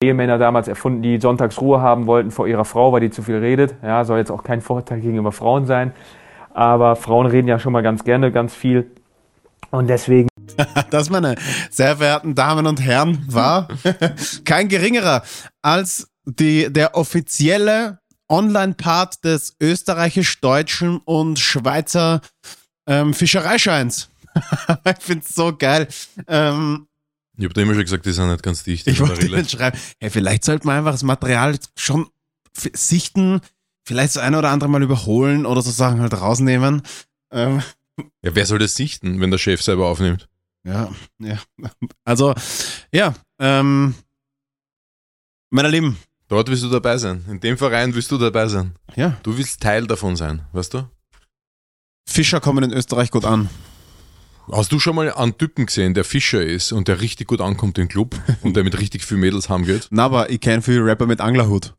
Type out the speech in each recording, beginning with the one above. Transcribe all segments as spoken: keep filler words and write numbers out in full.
Ehemänner damals erfunden, die sonntags Ruhe haben wollten vor ihrer Frau, weil die zu viel redet. Ja, soll jetzt auch kein Vorteil gegenüber Frauen sein. Aber Frauen reden ja schon mal ganz gerne ganz viel. Und deswegen... Das, meine sehr verehrten Damen und Herren, war kein geringerer als die, der offizielle Online-Part des österreichisch-deutschen und Schweizer ähm, Fischereischeins. Ich finde es so geil. Ähm, ich habe da immer schon gesagt, die sind nicht ganz dicht. Ich wollte Ihnen schreiben, hey, vielleicht sollte man einfach das Material schon f- sichten, vielleicht das eine oder andere mal überholen oder so Sachen halt rausnehmen. Ähm, ja, wer soll das sichten, wenn der Chef selber aufnimmt? Ja, ja. Also, ja, ähm, meine Lieben. Dort willst du dabei sein. In dem Verein willst du dabei sein. Ja. Du willst Teil davon sein, weißt du? Fischer kommen in Österreich gut an. Hast du schon mal einen Typen gesehen, der Fischer ist und der richtig gut ankommt im Club und der mit richtig viel Mädels haben geht? Na, aber ich kenne viele Rapper mit Anglerhut.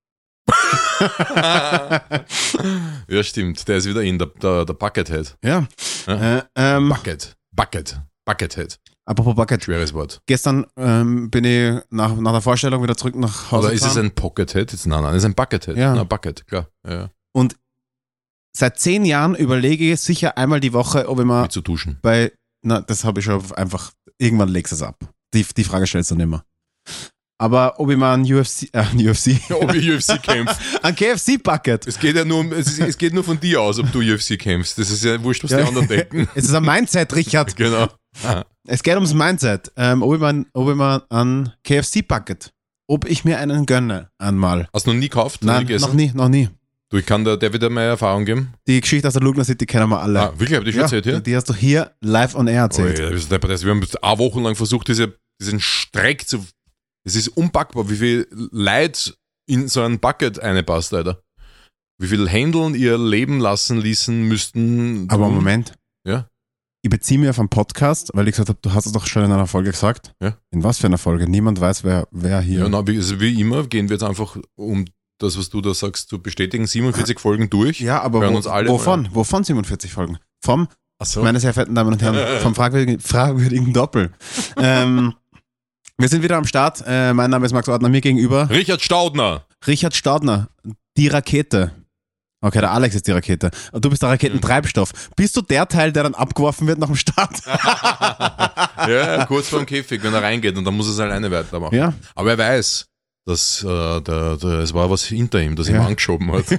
Ja, stimmt. Der ist wieder in, der, der, der Buckethead. Ja. ja. Äh, ähm, Bucket. Bucket. Buckethead. Apropos Bucket. Schweres Wort. Gestern ähm, bin ich nach, nach der Vorstellung wieder zurück nach Hause Oder ist gefahren. es ein Pockethead? Nein, nein, es ist ein Buckethead. Ja. Na, Bucket, klar. Ja, ja. Und seit zehn Jahren überlege ich sicher einmal die Woche, ob ich mal Mit zu duschen. bei, na, das habe ich schon einfach, irgendwann legst du es ab. Die, die Frage stellst du nicht mehr. Aber ob ich mal ein U F C, äh, ein U F C, Ob ich U F C kämpfe. ein K F C-Bucket. Es geht ja nur um, es, ist, es geht nur von dir aus, ob du U F C kämpfst. Das ist ja wurscht, was Ja. die anderen denken. Es ist ein Mindset, Richard. Genau. Es geht ums Mindset. Ähm, ob ich mal, ob ich mal ein K F C-Bucket, ob ich mir einen gönne einmal. Hast du noch nie gekauft? Nein, nie gegessen? noch nie, noch nie. Du, ich kann da, der wieder mehr Erfahrung geben. Die Geschichte aus der Lugner City kennen wir alle. Ah, wirklich? Hab ich schon Ja, erzählt hier? die, die hast du hier live on air erzählt. Oh, ja, das ist deppert. Wir haben eine Woche lang versucht, diese, diesen Streck zu. Es ist unpackbar, wie viel Leid in so ein Bucket einpasst, Alter. Wie viel Händeln ihr leben lassen ließen müssten. Aber Moment. Ja. Ich beziehe mich auf einen Podcast, weil ich gesagt habe, du hast es doch schon in einer Folge gesagt. Ja. In was für einer Folge? Niemand weiß, wer, wer hier. Ja, na, wie, also wie immer gehen wir jetzt einfach, um das, was du da sagst, zu bestätigen, siebenundvierzig Folgen durch. Ja, aber Hören wo, uns alle wovon? mal. Wovon siebenundvierzig Folgen? Vom, Ach so. meine sehr verehrten Damen und Herren, vom fragwürdigen, fragwürdigen Doppel. ähm, wir sind wieder am Start. Äh, mein Name ist Max Ordner, mir gegenüber Richard Staudner. Richard Staudner, die Rakete. Okay, der Alex ist die Rakete. Und du bist der Raketentreibstoff. Bist du der Teil, der dann abgeworfen wird nach dem Start? Ja, kurz vor dem Käfig, wenn er reingeht und dann muss er es alleine weitermachen. Ja. Aber er weiß, dass äh, der, der, es war was hinter ihm, das Ja. ihm angeschoben hat.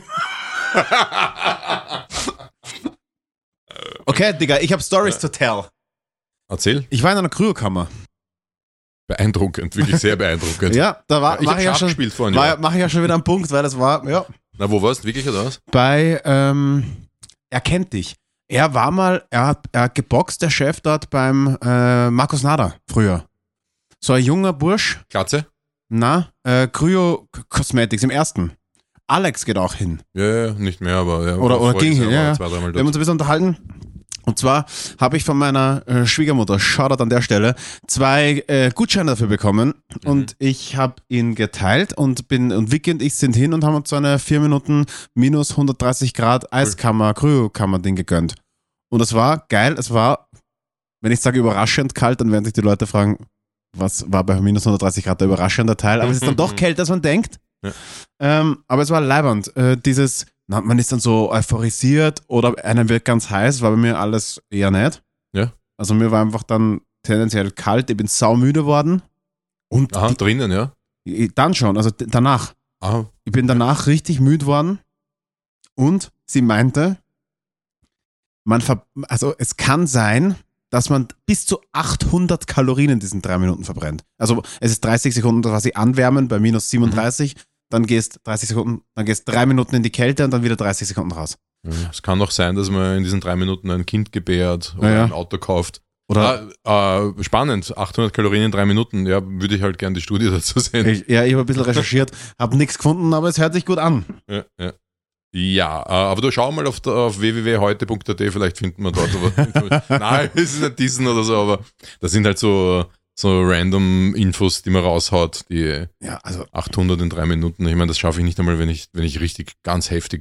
Okay, Digga, ich habe Stories to tell. Erzähl. Ich war in einer Kryokammer. Beeindruckend, wirklich sehr beeindruckend. Ja, da war ich mach habe ich ja Schach schon, gespielt vorhin. war, Ja. mache ich ja schon wieder einen Punkt, weil das war, ja, Na, wo warst du? Wirklich oder was? bei, ähm, er kennt dich. Er war mal, er hat, er hat geboxt, der Chef dort beim äh, Markus Nader früher. So ein junger Bursch, Glatze? na, äh, Kryo Cosmetics im ersten. Alex geht auch hin. Ja, ja, nicht mehr, aber ja. Oder, oder vorher ging ist er hin, aber ja, ja. Zwei, dreimal Wir haben uns dort. ein bisschen unterhalten. Und zwar habe ich von meiner äh, Schwiegermutter, Shoutout an der Stelle, zwei äh, Gutscheine dafür bekommen. Mhm. Und ich habe ihn geteilt und bin und Vicky und ich sind hin und haben uns so eine vier Minuten minus hundertdreißig Grad Eiskammer, Kryokammer-Ding gegönnt. Und es war geil, es war, wenn ich sage überraschend kalt, dann werden sich die Leute fragen, was war bei minus hundertdreißig Grad der überraschende Teil. Aber es ist dann doch kälter, als man denkt. Ja. Ähm, aber es war leibernd. Äh, dieses, na, man ist dann so euphorisiert oder einem wird ganz heiß, war bei mir alles eher nicht. Ja. Also mir war einfach dann tendenziell kalt, ich bin saumüde worden. Und Aha, drinnen, ja. die, dann schon, also d- danach. Aha. Ich bin danach richtig müde worden und sie meinte, man ver also es kann sein, dass man bis zu achthundert Kalorien in diesen drei Minuten verbrennt. Also es ist dreißig Sekunden quasi anwärmen bei minus siebenunddreißig, dann gehst dreißig Sekunden, dann gehst drei Minuten in die Kälte und dann wieder dreißig Sekunden raus. Ja, es kann auch sein, dass man in diesen drei Minuten ein Kind gebärt oder Ja, ja. ein Auto kauft. Oder Ah, äh, spannend, achthundert Kalorien in drei Minuten. Ja, würde ich halt gerne die Studie dazu sehen. ich, ja, ich habe ein bisschen recherchiert, habe nichts gefunden, aber es hört sich gut an. Ja, ja. Ja, äh, aber du schau mal auf, der- auf w w w punkt heute punkt a t, vielleicht finden wir dort. Aber, nein, es ist nicht diesen oder so, aber das sind halt so, so random Infos, die man raushaut, die Ja, also achthundert in drei Minuten. Ich meine, das schaffe ich nicht einmal, wenn ich, wenn ich richtig ganz heftig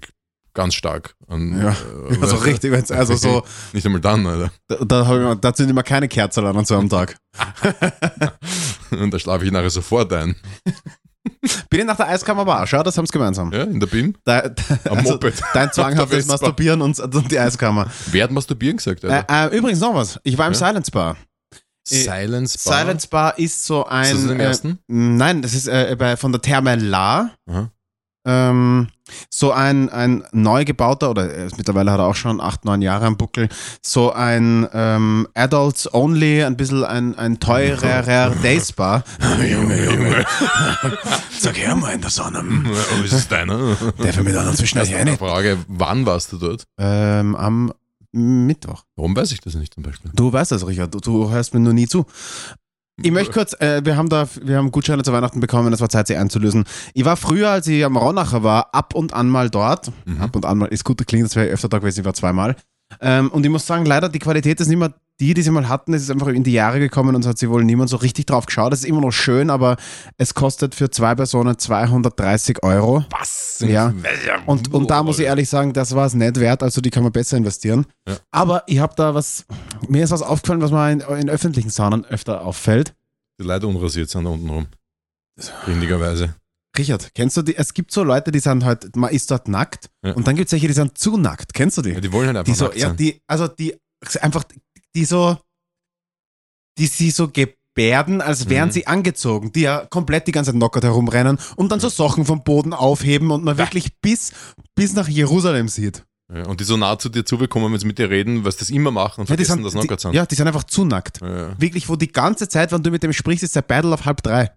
ganz stark. An, Ja, äh, also richtig, wenn's- also so, Nicht einmal dann, Alter. da, da, hab ich mal- da zünden immer keine Kerze an an so einem Tag. Und da schlafe ich nachher sofort ein. Bin ich nach der Eiskammer war, schau, das haben sie gemeinsam. Ja, in der B I M. Da, da, Am also Moped. dein zwanghaftes Vespa. Masturbieren und, und die Eiskammer. Wer hat masturbieren gesagt, Äh, Alter? äh, übrigens noch was, ich war im Ja? Silence Bar. Silence Bar. Silence Bar ist so ein... Ist das im äh, ersten? Nein, das ist äh, bei, von der Therme La. Aha. Ähm, so ein, ein neu gebauter, oder äh, mittlerweile hat er auch schon acht, neun Jahre am Buckel, so ein ähm, Adults Only, ein bisschen ein, ein teurerer Dayspa. Junge, Junge. Sag her mal in der Sonne. Oh, ist es deiner? Darf ich mit anderen zwischen Erst euch eine rein? Frage, wann warst du dort? Ähm, am Mittwoch. Warum weiß ich das nicht zum Beispiel? Du weißt das, Richard, du, du hörst mir nur nie zu. Ich möchte kurz, äh, wir haben da, wir haben Gutscheine zu Weihnachten bekommen, es war Zeit, sie einzulösen. Ich war früher, als ich am Ronacher war, ab und an mal dort. Mhm. Ab und an mal, ist gut, klingt, das wäre öfter da gewesen, ich war zweimal. Ähm, und ich muss sagen, leider, die Qualität ist nicht mehr die, die sie mal hatten. Es ist einfach in die Jahre gekommen und es hat sich wohl niemand so richtig drauf geschaut. Es ist immer noch schön, aber es kostet für zwei Personen zweihundertdreißig Euro. Was? Ja. Und, und da muss ich ehrlich sagen, das war es nicht wert, also die kann man besser investieren. Ja. Aber ich habe da was, mir ist was aufgefallen, was mir in, in öffentlichen Saunen öfter auffällt. Die Leute unrasiert sind da unten rum. Richtigerweise. Richard, kennst du die? Es gibt so Leute, die sind halt, man ist dort nackt Ja. und dann gibt es welche, die sind zu nackt. Kennst du die? Ja, die wollen halt einfach die so, nackt ja, sein. die, also die einfach, die so, die sie so gebärden, als wären Mhm. sie angezogen, die ja komplett die ganze Zeit knockert herumrennen und dann so Sachen vom Boden aufheben und man wirklich bis, bis nach Jerusalem sieht. Ja, und die so nah zu dir zubekommen, wenn sie mit dir reden, was das immer machen und Ja, die vergessen, sind, dass die, Knockert sind. ja, die sind einfach zu nackt. Ja, ja. Wirklich, wo die ganze Zeit, wenn du mit dem sprichst, ist der Battle auf halb drei.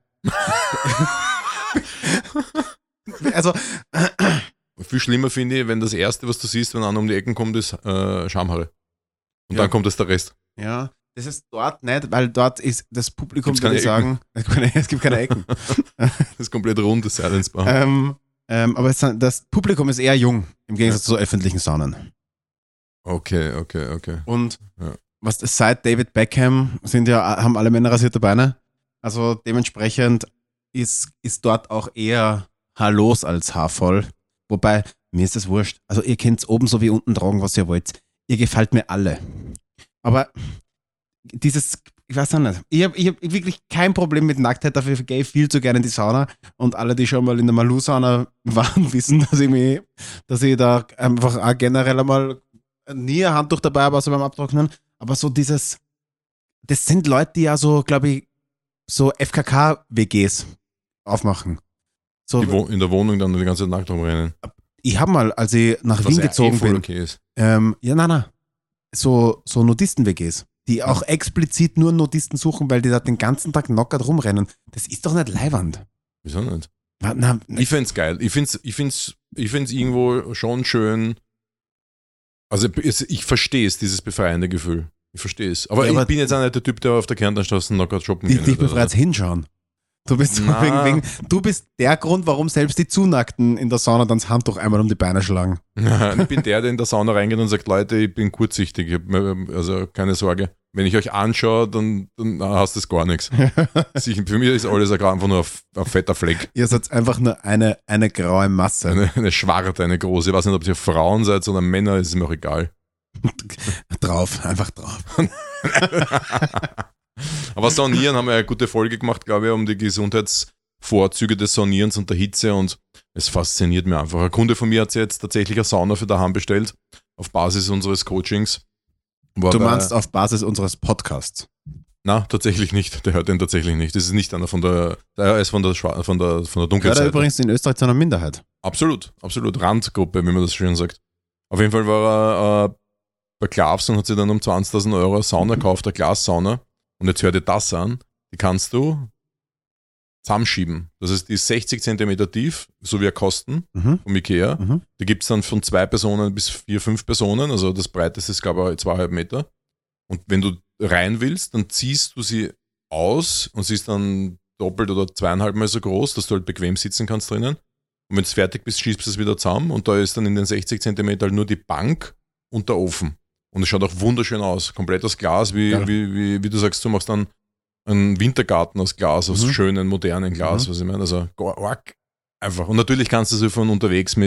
Also, Viel schlimmer finde ich, wenn das Erste, was du siehst, wenn einer um die Ecken kommt, ist äh, Schamhaare. Und Ja. dann kommt das der Rest. ja, das ist dort nicht, weil dort ist das Publikum, Gibt's würde ich keine sagen, es gibt keine- es gibt keine Ecken. Das ist komplett rund, das Silence Bar. ähm, ähm, aber es, sind- das Publikum ist eher jung, im Gegensatz zu öffentlichen Saunen. Okay, okay, okay. Und Ja. was seit David Beckham sind ja, haben alle Männer rasierte Beine. Also dementsprechend ist, ist dort auch eher haarlos als haarvoll. Wobei, mir ist das wurscht. Also ihr könnt oben so wie unten tragen, was ihr wollt. Ihr gefällt mir alle. Aber dieses, ich weiß auch nicht, ich habe ich hab wirklich kein Problem mit Nacktheit, dafür gehe ich viel zu gerne in die Sauna. Und alle, die schon mal in der Malu-Sauna waren, wissen, dass ich mich, dass ich da einfach auch generell einmal nie ein Handtuch dabei habe, außer beim Abtrocknen. Aber so dieses, das sind Leute, die ja so, glaube ich, so F K K-W Gs aufmachen. So, Die wo in der Wohnung dann die ganze Nacht rumrennen. ich habe mal, als ich nach Was Wien ja gezogen eh voll bin, okay ist. ähm, ja, nein, nein, so, so Nudisten-W Gs, die auch explizit nur Nudisten suchen, weil die da den ganzen Tag knockert rumrennen. Das ist doch nicht leiwand. Wieso nicht? Na, na, Ich find's geil. Ich find's, ich find's, ich find's irgendwo schon schön. Also es- ich verstehe es, dieses befreiende Gefühl. Ich verstehe es. Aber, Ja, aber- ich bin jetzt auch nicht der Typ, der auf der Kärntnerstraße Knockout shoppen die, geht. dich befreit hinschauen. Du bist, Na. wegen, wegen, du bist der Grund, warum selbst die Zunackten in der Sauna dann das Handtuch einmal um die Beine schlagen. Ich bin der, der in der Sauna reingeht und sagt, Leute, ich bin kurzsichtig, ich hab mir- also keine Sorge. Wenn ich euch anschaue, dann, dann hast das gar nichts. Sich- Für mich ist alles einfach nur ein, ein fetter Fleck. Ihr seid einfach nur eine, eine graue Masse. Eine, eine Schwarte, eine große. Ich weiß nicht, ob ihr Frauen seid oder Männer, ist mir auch egal. Drauf, einfach drauf. Aber Saunieren haben wir eine gute Folge gemacht, glaube ich, um die Gesundheitsvorzüge des Saunierens und der Hitze und es fasziniert mir einfach. Ein Kunde von mir hat sich jetzt tatsächlich eine Sauna für daheim bestellt, auf Basis unseres Coachings. War Du bei- meinst auf Basis unseres Podcasts. Na, tatsächlich nicht. Der hört den tatsächlich nicht. Das ist nicht einer von der, der ist von der, Schwa- von der, von der dunklen Gehört er Seite. übrigens in Österreich zu einer Minderheit. Absolut, absolut. Randgruppe, wie man das schön sagt. Auf jeden Fall war er äh, bei Klavs und hat sich dann um zwanzigtausend Euro eine Sauna gekauft, eine Glassauna. Und jetzt hör dir das an. Die kannst du zusammenschieben. Das heißt, die ist sechzig Zentimeter tief, so wie ein Kosten Mhm. vom Ikea. Mhm. Die gibt es dann von zwei Personen bis vier, fünf Personen. Also das breiteste ist, glaube ich, zweieinhalb Meter. Und wenn du rein willst, dann ziehst du sie aus und sie ist dann doppelt oder zweieinhalb Mal so groß, dass du halt bequem sitzen kannst drinnen. Und wenn du fertig bist, schiebst du es wieder zusammen und da ist dann in den sechzig Zentimeter halt nur die Bank und der Ofen. Und es schaut auch wunderschön aus. Komplett aus Glas, wie, Ja. wie, wie, wie du sagst, du machst dann einen Wintergarten aus Glas, aus Mhm. schönen, modernen Glas, Mhm. was ich meine. Also, arg einfach. Und natürlich kannst du sie von unterwegs mit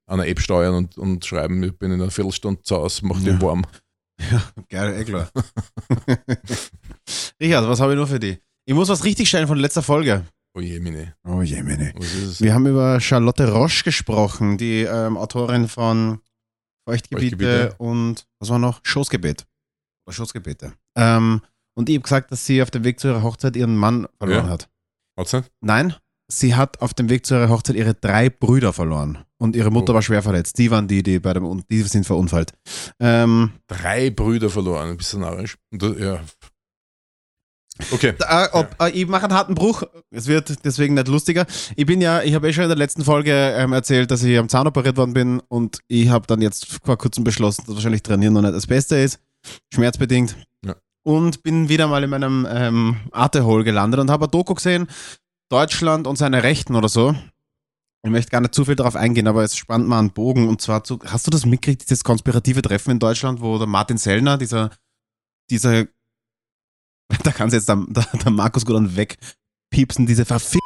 an einer App steuern und, und schreiben, ich bin in einer Viertelstunde zu Hause, mach Ja. den warm. Ja, geil, eh klar. Richard, was habe ich noch für dich? Ich muss was richtig stellen von letzter Folge. Oh je, meine. Oh je, meine. Was ist es? Wir haben über Charlotte Roche gesprochen, die ähm, Autorin von Feuchtgebiete, Feuchtgebiete. und was war noch? Schoßgebet. Oder Schoßgebete. Ähm, und ich habe gesagt, dass sie auf dem Weg zu ihrer Hochzeit ihren Mann verloren Ja. hat. Hat's nicht? Nein, sie hat auf dem Weg zu ihrer Hochzeit ihre drei Brüder verloren. Und ihre Mutter Oh. war schwer verletzt. Die waren die, die bei dem Un- die sind verunfallt. Ähm, Drei Brüder verloren, ein bisschen narrisch. Und das- Ja. Okay. Äh, ob, äh, ich mache einen harten Bruch, es wird deswegen nicht lustiger. Ich bin ja, ich habe eh schon in der letzten Folge ähm, erzählt, dass ich am Zahn operiert worden bin und ich habe dann jetzt vor kurzem beschlossen, dass wahrscheinlich Trainieren noch nicht das Beste ist, schmerzbedingt. Ja. Und bin wieder mal in meinem ähm, Arte-Hole gelandet und habe ein Doku gesehen, Deutschland und seine Rechten oder so. Ich möchte gar nicht zu viel darauf eingehen, aber es spannt mal einen Bogen. Und zwar, zu, hast du das mitgekriegt, dieses konspirative Treffen in Deutschland, wo der Martin Sellner, dieser, dieser da kann sich jetzt der, der, der Markus gut an wegpiepsen, diese verfickten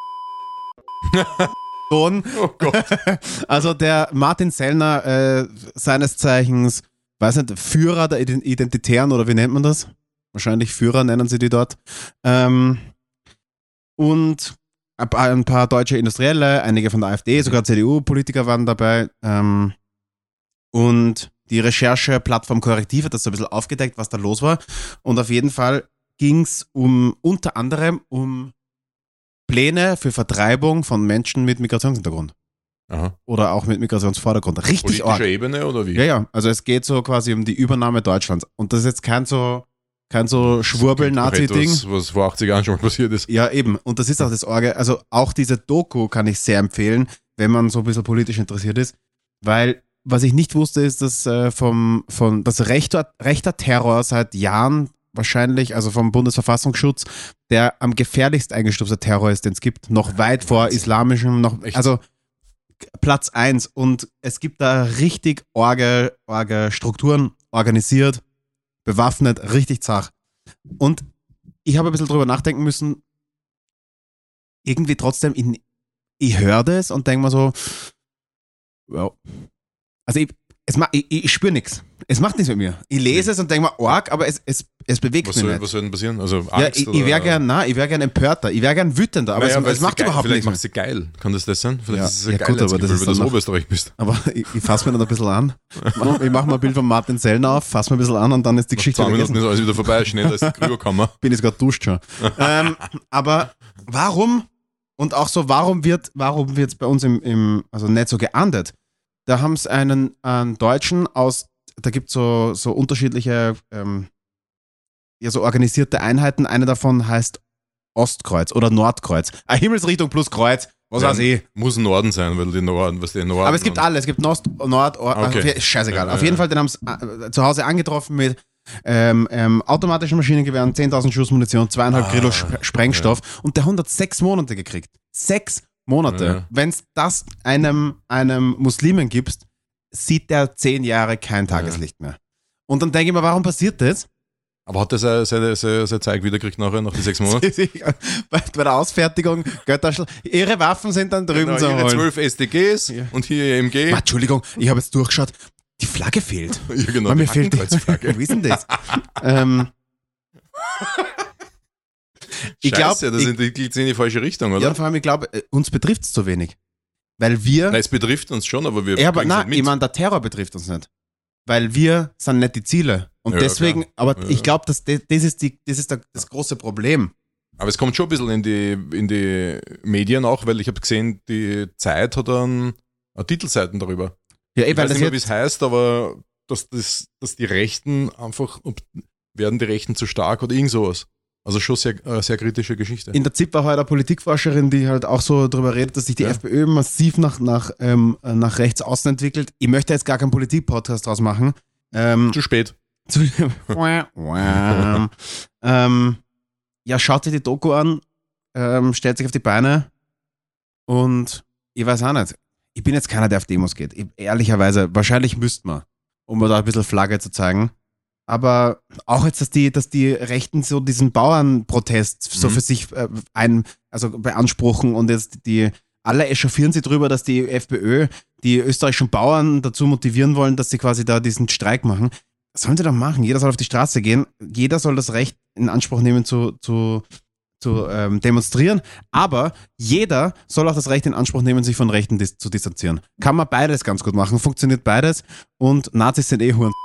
Oh Gott. Also der Martin Sellner, äh, seines Zeichens, weiß nicht, Führer der Ident- Identitären oder wie nennt man das? Wahrscheinlich Führer nennen sie die dort. Ähm, und ein paar, ein paar deutsche Industrielle, einige von der AfD, sogar C D U-Politiker waren dabei. Ähm, und die Recherche-Plattform Korrektiv hat das so ein bisschen aufgedeckt, was da los war. Und auf jeden Fall ging es um unter anderem um Pläne für Vertreibung von Menschen mit Migrationshintergrund. Aha. Oder auch mit Migrationsvordergrund. Richtig Politischer arg. Ebene oder wie? Ja, ja. Also es geht so quasi um die Übernahme Deutschlands. Und das ist jetzt kein so, kein so Schwurbel-Nazi-Ding. Etwas, was vor achtzig Jahren schon mal passiert ist. Ja, eben. Und das ist auch das Orge. Also auch diese Doku kann ich sehr empfehlen, wenn man so ein bisschen politisch interessiert ist. Weil was ich nicht wusste, ist, dass äh, vom, von, dass rechter, rechter Terror seit Jahren wahrscheinlich, also vom Bundesverfassungsschutz, der am gefährlichst eingestufte Terror ist, den es gibt, noch weit vor islamischem, noch, Echt? also Platz eins. Und es gibt da richtig orge, orge Strukturen, organisiert, bewaffnet, richtig zach. Und ich habe ein bisschen drüber nachdenken müssen, irgendwie trotzdem, in, ich höre das und denke mir so, ja, also ich, es ma, ich, ich spüre nichts. Es macht nichts mit mir. Ich lese es und denke mir, arg, aber es, es, es bewegt Was mich soll, nicht. was soll denn passieren? Also Angst Ja, ich, ich wäre oder- gern, na, ich wäre gern empörter, ich wäre gern wütender, aber Naja, es, weil es macht geil, überhaupt vielleicht nichts. macht mehr. sie geil. Kann das das sein? Vielleicht Ja, ist es ein ja, gut, geiles aber das Gefühl, ist weil du aus dann noch- Oberösterreich bist. Aber ich, ich fasse mir dann ein bisschen an. Mach- Ich mache mal ein Bild von Martin Sellner auf, fasse mir ein bisschen an und dann ist die Nach Geschichte zwei Minuten vergessen. ist alles wieder vorbei, schneller als die Kryokammer. Bin jetzt gerade duscht schon. ähm, aber warum, und auch so, warum wird warum wird es bei uns im, im, also nicht so geahndet? Da haben es einen, einen Deutschen aus, da gibt es so, so unterschiedliche, ähm, ja, so organisierte Einheiten. Eine davon heißt Ostkreuz oder Nordkreuz. Ah, Himmelsrichtung plus Kreuz, was Ja, weiß ich. Muss Norden sein, weil die Norden, was die Norden. Aber es gibt und- alle, es gibt Nost, Nord, Or, Okay. also, ist scheißegal. Ja, Auf ja, jeden ja. Fall, den haben sie äh, zu Hause angetroffen mit ähm, ähm, automatischen Maschinengewehren, zehntausend Schuss Munition, zweieinhalb Ah, Kilo Sp Sprengstoff und der hat sechs Monate gekriegt. Sechs Monate. Ja. Wenn es das einem, einem Muslimen gibst, sieht der zehn Jahre kein Tageslicht mehr. Und dann denke ich mir, warum passiert das? Aber hat er seine, seine, seine, seine Zeug wiedergekriegt nachher, nach den sechs Monaten? bei, bei der Ausfertigung, Götterschl ihre Waffen sind dann drüben Genau, zu ihre holen. zwölf S D Gs Ja. und hier ihr M G. Ah, Entschuldigung, ich habe jetzt durchgeschaut. Die Flagge fehlt. Ja, genau, Weil die mir fehlt die Hakenkreuzflagge. Wie ist denn das? ähm, ich glaube, Scheiße, das entwickelt sich in die falsche Richtung, oder? ja, vor allem, ich glaube, äh, uns betrifft es zu wenig. Weil wir, Nein, es betrifft uns schon, aber wir ja, aber kriegen's nein, nicht ich meine, der Terror betrifft uns nicht. Weil wir sind nicht die Ziele. Und Ja, deswegen, klar. aber Ja. ich glaube, das, das ist, die, das, ist der, das große Problem. Aber es kommt schon ein bisschen in die, in die Medien auch, weil ich habe gesehen, die Zeit hat dann eine Titelseiten darüber. Ja, eh, Ich weil weiß das nicht mehr, wie jetzt, es heißt, aber dass, das, dass die Rechten einfach, ob, werden die Rechten zu stark oder irgend sowas. Also schon sehr, eine sehr kritische Geschichte. in der Z I P war heute eine Politikforscherin, die halt auch so darüber redet, dass sich die Ja. FPÖ massiv nach, nach, ähm, nach rechts außen entwickelt. Ich möchte jetzt gar keinen Politik-Podcast draus machen. Ähm, Zu spät. Zu, ähm, ja, schaut sich die Doku an, ähm, stellt sich auf die Beine und ich weiß auch nicht. Ich bin jetzt keiner, der auf Demos geht. Ich, ehrlicherweise, wahrscheinlich müsste man, um da ein bisschen Flagge zu zeigen. Aber auch jetzt, dass die, dass die Rechten so diesen Bauernprotest so Mhm. für sich äh, ein, also beanspruchen und jetzt die alle echauffieren sich drüber, dass die FPÖ die österreichischen Bauern dazu motivieren wollen, dass sie quasi da diesen Streik machen. Was sollen sie doch machen? Jeder soll auf die Straße gehen. Jeder soll das Recht in Anspruch nehmen zu, zu, zu ähm, demonstrieren. Aber jeder soll auch das Recht in Anspruch nehmen, sich von Rechten dis- zu distanzieren. Kann man beides ganz gut machen. Funktioniert beides. Und Nazis sind eh Huren.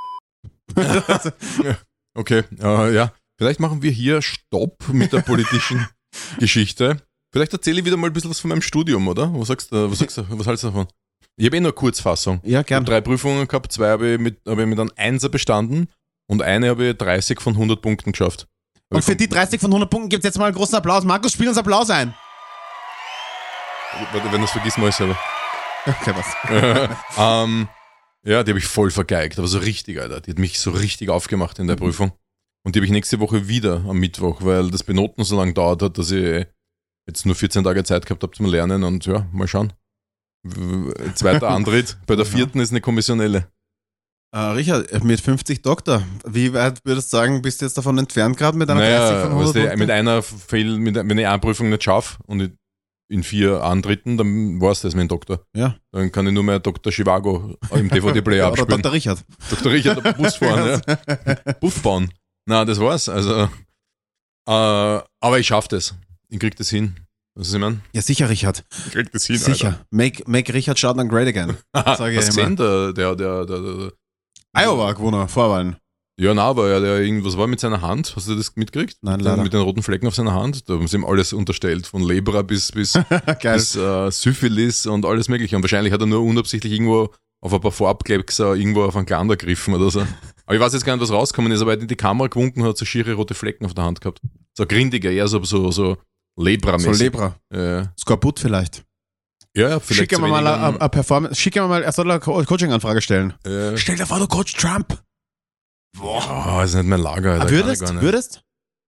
Okay, äh, ja. Vielleicht machen wir hier Stopp mit der politischen Geschichte. Vielleicht erzähle ich wieder mal ein bisschen was von meinem Studium, oder? Was sagst du, was sagst du, was hältst du davon? Ich habe eh nur Kurzfassung. Ja, Ich gern. habe drei Prüfungen gehabt, zwei habe ich mit, hab ich mit einem Einser bestanden und eine habe ich dreißig von hundert Punkten geschafft. Und für die dreißig von hundert Punkten gibt es jetzt mal einen großen Applaus. Markus, spiel uns Applaus ein. Warte, wenn du es vergisst, mach ich selber. Okay, was? ähm, ja, die habe ich voll vergeigt, aber so richtig, Alter. Die hat mich so richtig aufgemacht in der Prüfung. Und die habe ich nächste Woche wieder am Mittwoch, weil das Benoten so lange dauert hat, dass ich jetzt nur vierzehn Tage Zeit gehabt habe zum Lernen und ja, mal schauen. W- Zweiter Antritt, bei der vierten ist eine kommissionelle. Äh, Richard, mit fünfzig Doktor, wie weit würdest du sagen, bist du jetzt davon entfernt gerade mit einer dreißig Naja, von weißt hundert du, Punkten? mit einer Fehl, mit, wenn ich eine Prüfung nicht schaffe und ich in vier Antritten, dann war es das mit dem Doktor. Ja. Dann kann ich nur mehr Doktor Chivago im D V D-Player Oder abspielen. Doktor Richard. Doktor Richard, der Bus fahren, ja. Bus bauen. Na, das war's. Also, äh, aber ich schaff das. Ich krieg das hin. Was ist ich mein? Ja, sicher, Richard. Ich krieg das hin, Sicher. Make, make Richard Schaden and great again. Alter. Sag ich Was immer. gesehen, der, der, der, der, der Iowa gewonnen, Vorwahlen. ja, na, aber ja, der irgendwas war mit seiner Hand. Hast du das mitgekriegt? Nein, Den- leider. Mit den roten Flecken auf seiner Hand. Da haben sie ihm alles unterstellt. Von Lebra bis, bis, Geil. bis äh, Syphilis und alles mögliche. Und wahrscheinlich hat er nur unabsichtlich irgendwo auf ein paar Farbkleckser irgendwo auf einen Glander gegriffen oder so. Aber ich weiß jetzt gar nicht, was rausgekommen ist, aber er hat in die Kamera gewunken und hat so schiere rote Flecken auf der Hand gehabt. So grindiger, eher so, so, so Lebra-mäßig. So Lebra. Äh, Skorbut vielleicht. ja, ja, vielleicht Schick zu mir mal wenig eine, eine Performance. Schick mir mal, er soll eine Co- Coaching-Anfrage stellen. an- äh, Stell dir vor, du Coach Trump. Boah, das ist nicht mein Lager. Alter, Ah, kann ich würdest? gar nicht. Würdest?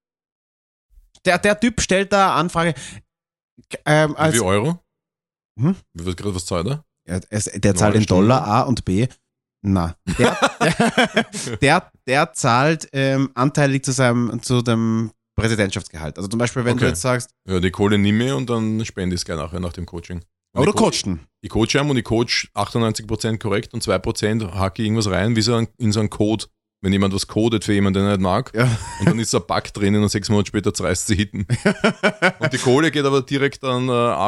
Der, der Typ stellt da eine Anfrage. Ähm, Wie als, viel Euro? Hm? Wie viel gerade was zahlt er? Ja, es, der zahlt in Neun Stunden. Dollar A und B. Na. Der, der, der, der zahlt ähm, anteilig zu seinem zu dem Präsidentschaftsgehalt. Also zum Beispiel, wenn du Okay. jetzt sagst, Ja, die Kohle nehme ich und dann spende ich es gleich nachher nach dem Coaching. Und aber du ich co- coachten. Ich coache ihm und ich coach achtundneunzig Prozent korrekt und zwei Prozent hacke ich irgendwas rein, wie so ein, in so einen Code. Wenn jemand was codet für jemanden, den er nicht mag, Ja. und dann ist so ein Bug drinnen und sechs Monate später zerreißt sie Hitten. Und die Kohle geht aber direkt an äh,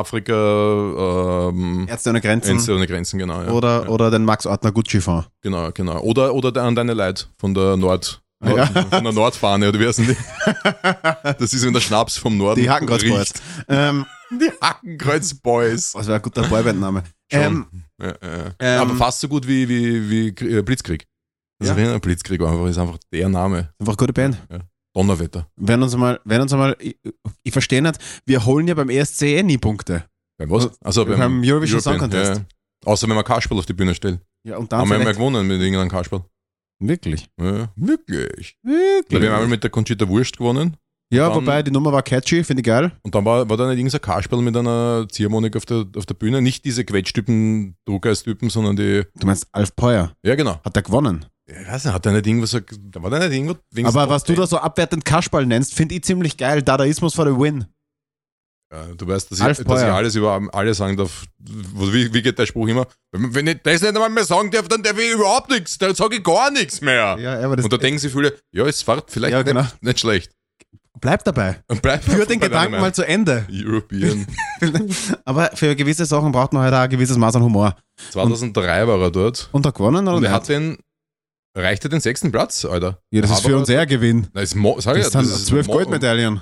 Afrika, ähm, Ärzte ohne Grenzen. Ärzte ohne Grenzen, genau. Ja. Oder, ja. oder den Max Ortner Gucci-Fonds. Genau, genau. Oder, oder an deine Leute von der Nord, Ja. von der Nordfahne, oder wie heißen die? Das ist, wenn der Schnaps vom Norden Die Hakenkreuz-Boys. riecht. Ähm, Die Hakenkreuz Boys. was wäre ein guter Boyband-Name? Schon. Ähm, Ja, ja, ja. ähm, aber fast so gut wie, wie, wie äh, Blitzkrieg. Das Ja. ist ein Blitzkrieg einfach, ist einfach der Name. einfach eine gute Band. Donnerwetter. Wenn uns mal, wenn uns mal, ich, ich verstehe nicht, wir holen ja beim E S C eh nie Punkte. Beim was? Also beim, Beim Eurovision Song Contest. Ja, ja. Außer wenn man Kasperl auf die Bühne stellt. Ja, und dann Haben wir ja mal vielleicht, gewonnen mit irgendeinem Kasperl. wirklich. Ja, ja. Wirklich. Wirklich. Wir haben einmal mit der Conchita Wurst gewonnen. Ja, Dann- wobei die Nummer war catchy, finde ich geil. Und dann war, war da nicht irgendein Kasperl mit einer Ziehharmonik auf der, auf der Bühne. Nicht diese Quetschtypen, Druckeistypen, sondern die. Du meinst Alf Peuer, Ja, genau. hat er gewonnen. Ich weiß nicht, hat der nicht irgendwas. Da war der nicht irgendwas. wegen Aber Spot- was du da so abwertend Kasperl nennst, finde ich ziemlich geil. Dadaismus for the win. Ja, du weißt, dass Alf ich, dass ich Peuer. alles über alle sagen darf. Wie, wie geht der Spruch immer? Wenn wenn ich das nicht einmal mehr sagen darf, dann darf ich überhaupt nichts. Dann sage ich gar nichts mehr. Ja, aber das Und da denken sich viele, ja, es fährt vielleicht Ja, genau. nicht, nicht schlecht. bleib dabei. Und bleib Führ den bei Gedanken deinem mal zu Ende. European. Aber für gewisse Sachen braucht man halt auch ein gewisses Maß an Humor. zweitausenddrei war er dort. Und er gewonnen oder Und er nicht? hat den, erreicht er den sechsten Platz, Alter. Ja, das ist für Aber- uns eher ein Gewinn. Das ist, Mo, sag ich, Das ja, sind das ist zwölf Mo- Goldmedaillen.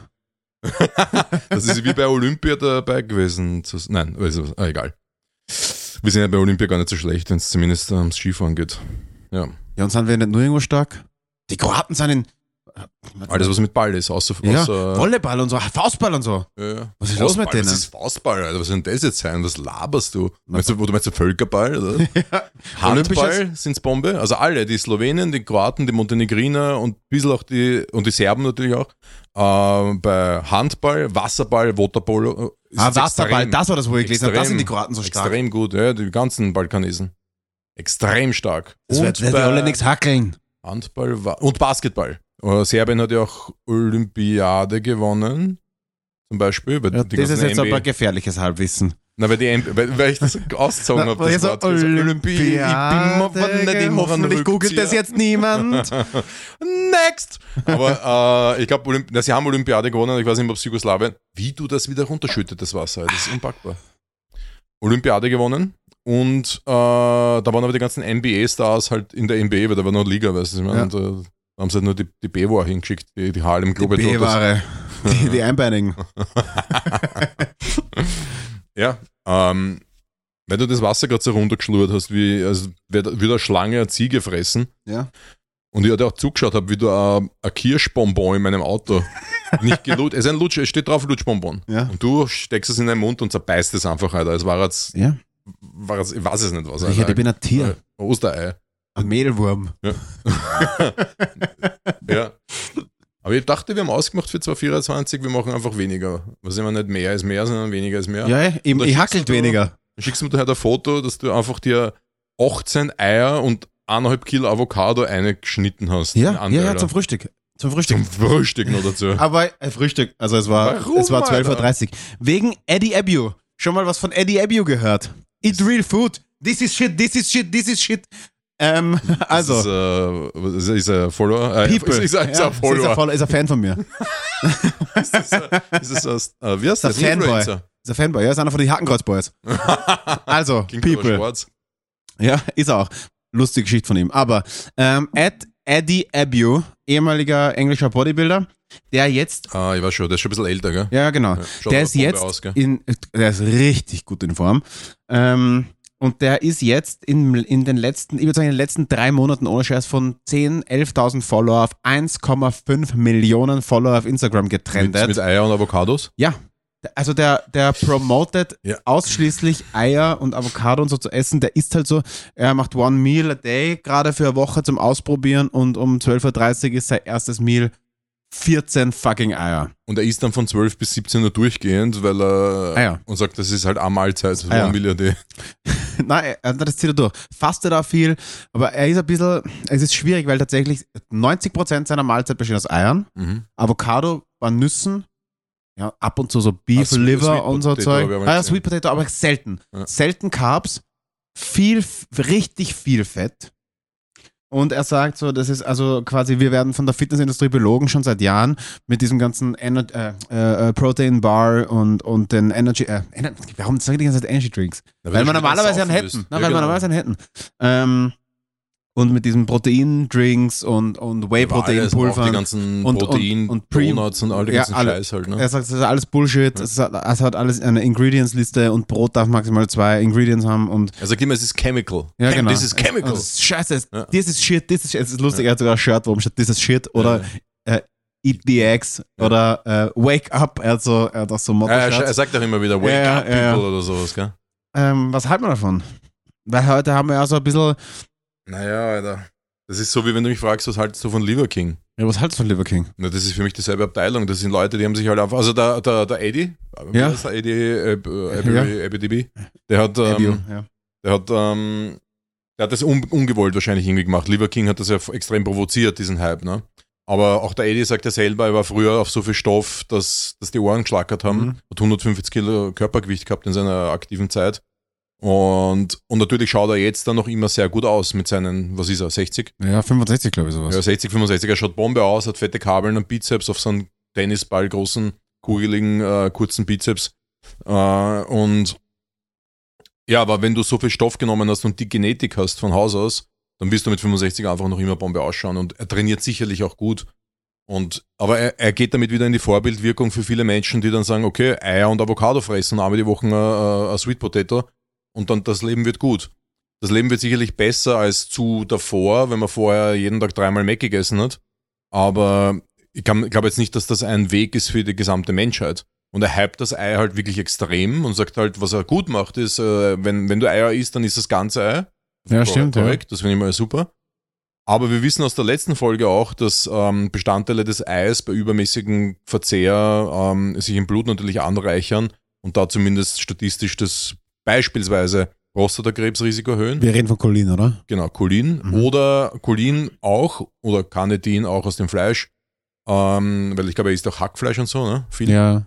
Das ist wie bei Olympia dabei gewesen. zu- Nein, also, ah, egal. Wir sind ja bei Olympia gar nicht so schlecht, wenn es zumindest ums Skifahren geht. Ja. Ja, und sind wir nicht nur irgendwo stark? Die Kroaten sind in Alles, was mit Ball ist, außer, ja, außer Volleyball und so, Faustball und so. ja. Was ist los mit Faustball, denen? Was ist Faustball, Alter? Was soll denn das jetzt sein? Was laberst du? Meinst du, wo du meinst du Völkerball? Oder? Handball sind's Bombe? Also alle, die Slowenen, die Kroaten, die Montenegriner und ein bisschen auch die, und die Serben natürlich auch. Äh, bei Handball, Wasserball, Waterpolo. äh, ist Ah, es Wasserball, extrem- das war das, wo ich gelesen habe. Da extrem- sind die Kroaten so stark. Extrem gut, ja, die ganzen Balkanesen. Extrem stark. Das wird, wird bei die alle nichts hackeln. Handball war, und Basketball. Äh, Serbien hat ja auch Olympiade gewonnen, zum Beispiel. Weil Ja, die das ist ganzen jetzt N B A aber gefährliches Halbwissen. Na, weil, die, weil, weil ich das ausgezogen habe. Das Wort. Olympiade. Hoffentlich googelt das jetzt niemand. Next! Aber äh, ich glaube, sie haben Olympiade gewonnen. Ich weiß nicht, ob es Jugoslawien. Wie du das wieder runterschüttet, das Wasser. Das ist unpackbar. Olympiade gewonnen. Und äh, da waren aber die ganzen N B A-Stars halt in der N B A, weil da war noch Liga, weißt du, ich meine. Ja. Und äh, da haben sie halt nur die, die B-Ware hingeschickt, die, die Harlem Globetrotters. Die B-Ware. Die, die Einbeinigen. Ja, ähm, weil du das Wasser gerade so runtergeschlurrt hast, wie als würde eine Schlange eine Ziege fressen. Ja. Und ich hatte auch zugeschaut habe, wie du ein, ein Kirschbonbon in meinem Auto nicht gelutscht. Es ist ein Lutsch, es steht drauf Lutschbonbon. Ja. Und du steckst es in deinen Mund und zerbeißt es einfach, Alter. Es war jetzt, ja. war jetzt, ich weiß es nicht was. Ich, ich bin ein Tier. Ein Osterei. Ein Mehlwurm. Ja. Ja. Aber ich dachte, wir haben ausgemacht für zwanzig vierundzwanzig, wir machen einfach weniger. Was immer nicht mehr ist mehr, sondern weniger ist mehr. Ja, eben, ich hackelt weniger. Dann schickst du mir halt ein Foto, dass du einfach dir achtzehn Eier und eineinhalb Kilo Avocado eingeschnitten hast. Ja, ja, ja, zum Frühstück. Zum Frühstück. Zum Frühstück noch dazu. Aber äh, Frühstück, also es war, Warum, es war zwölf Uhr dreißig. Wegen Eddie Abiu. Schon mal was von Eddie Abiu gehört? Eat real food. This is shit, this is shit, this is shit. Ähm, also. Ist, äh, ist er Follower? Äh, People. Ist, ist, er, ist er ja, Follower? Ist er, Follower, ist er Fan von mir. ist das, ist das, äh, wie heißt das? Das Fanboy. Ist ein Fanboy, ja, ist einer von den Hakenkreuz-Boys. Also, Klingt People. Schwarz. Ja, ist er auch. Lustige Geschichte von ihm. Aber ähm, Ed, Eddie Abiu, ehemaliger englischer Bodybuilder, der jetzt. Ah, ich weiß schon, der ist schon ein bisschen älter, gell? Ja, genau. Ja, der ist jetzt. Aus, in, der ist richtig gut in Form. Ähm, und der ist jetzt in, in den letzten, ich würde sagen, in den letzten drei Monaten ohne Scheiß von zehntausend, elftausend Follower auf eins Komma fünf Millionen Follower auf Instagram getrennt. Mit, mit Eier und Avocados? Ja. Also der, der promotet ja. ausschließlich Eier und Avocado und so zu essen. Der isst halt so, er macht one meal a day, gerade für eine Woche zum Ausprobieren und um zwölf Uhr dreißig ist sein erstes Meal vierzehn fucking Eier. Und er isst dann von zwölf bis siebzehn Uhr durchgehend, weil er Eier. und sagt, das ist halt eine Mahlzeit, das Eier. one meal a day. Nein, das zieht er durch. Fastet auch viel, aber er ist ein bisschen, es ist schwierig, weil tatsächlich neunzig Prozent seiner Mahlzeit besteht aus Eiern, mhm. Avocado, Nüssen, ja, ab und zu so Beef, ah, Liver Sweet und so Potato, Zeug. Ah, ja, gesehen. Sweet Potato, aber selten. Ja. Selten Carbs, viel, richtig viel Fett. Und er sagt so, das ist also quasi, wir werden von der Fitnessindustrie belogen schon seit Jahren mit diesem ganzen Ener- äh, äh, Protein Bar und, und den Energy, äh, Ener- warum sage ich die ganze Zeit Energy Drinks? Na, weil wir schon normalerweise saufen einen hätten. müssen. Na, Ja, weil wir genau. normalerweise einen hätten. Ähm, und mit diesen Protein-Drinks und, und Alles, auch die Whey-Protein-Pulvern. ganzen und- Protein, und- und Pre- Donuts und all den Ja, ganzen alle- Scheiß halt, ne? Er sagt, das ist alles Bullshit. Es, hat, es hat alles eine Ingredients-Liste und Brot darf maximal zwei Ingredients haben. Und Er sagt immer, es ist chemical. ja, Chem- genau. This is chemical. Es, es ist scheiße, es, Ja. this is shit, this is shit. Es ist lustig, er hat sogar ein Shirt, wo oben steht, this is shit oder äh, eat the eggs Ja. oder äh, wake up. Er hat, so, er hat auch so Ja, er, Motto-Shirts. er sagt auch immer wieder, wake Ja, up ja, ja. people oder sowas, gell? Ähm, was halten wir davon? Weil heute haben wir ja so ein bisschen. Naja, Alter. Das ist so, wie wenn du mich fragst, was haltest du von Liver King? Ja, was haltest du von Liver King? Na, das ist für mich dieselbe Abteilung. Das sind Leute, die haben sich halt einfach. Also der, der, der Eddie, wie Ja. heißt der Eddie äh, äh, Ja. Abby- Abby D B, der hat, Abiu, ähm, ja. der hat, ähm, der hat das un, ungewollt wahrscheinlich irgendwie gemacht. Liver King hat das ja extrem provoziert, diesen Hype, ne? Aber auch der Eddie sagt ja selber, er war früher auf so viel Stoff, dass, dass die Ohren geschlackert haben. Mhm. Hat hundertfünfzig Kilo Körpergewicht gehabt in seiner aktiven Zeit. Und, und natürlich schaut er jetzt dann noch immer sehr gut aus mit seinen, was ist er, sechzig? Ja, fünfundsechzig, glaube ich, sowas. Ja, sechzig, fünfundsechzig. Er schaut Bombe aus, hat fette Kabeln und Bizeps auf so einen Tennisball großen, kugeligen, äh, kurzen Bizeps. Äh, und ja, aber wenn du so viel Stoff genommen hast und die Genetik hast von Haus aus, dann wirst du mit fünfundsechzig einfach noch immer Bombe ausschauen. Und er trainiert sicherlich auch gut. Und, aber er, er geht damit wieder in die Vorbildwirkung für viele Menschen, die dann sagen, okay, Eier und Avocado fressen, einmal die Woche ein, ein Sweet Potato und dann das Leben wird gut. Das Leben wird sicherlich besser als zu davor, wenn man vorher jeden Tag dreimal Mac gegessen hat. Aber ich, kann- ich glaube jetzt nicht, dass das ein Weg ist für die gesamte Menschheit. Und er hypt das Ei halt wirklich extrem und sagt halt, was er gut macht, ist, äh, wenn, wenn du Eier isst, dann ist das ganze Ei. Ja, stimmt, ja. Korrekt, das finde ich mal super. Aber wir wissen aus der letzten Folge auch, dass ähm, Bestandteile des Eis bei übermäßigem Verzehr ähm, sich im Blut natürlich anreichern und da zumindest statistisch das beispielsweise Prostatakrebsrisiko erhöhen. Wir reden von Cholin, oder? Genau, Cholin. Mhm. Oder Cholin auch, oder Carnitin auch aus dem Fleisch. Ähm, weil ich glaube, er isst auch Hackfleisch und so, ne? Viel. Ja.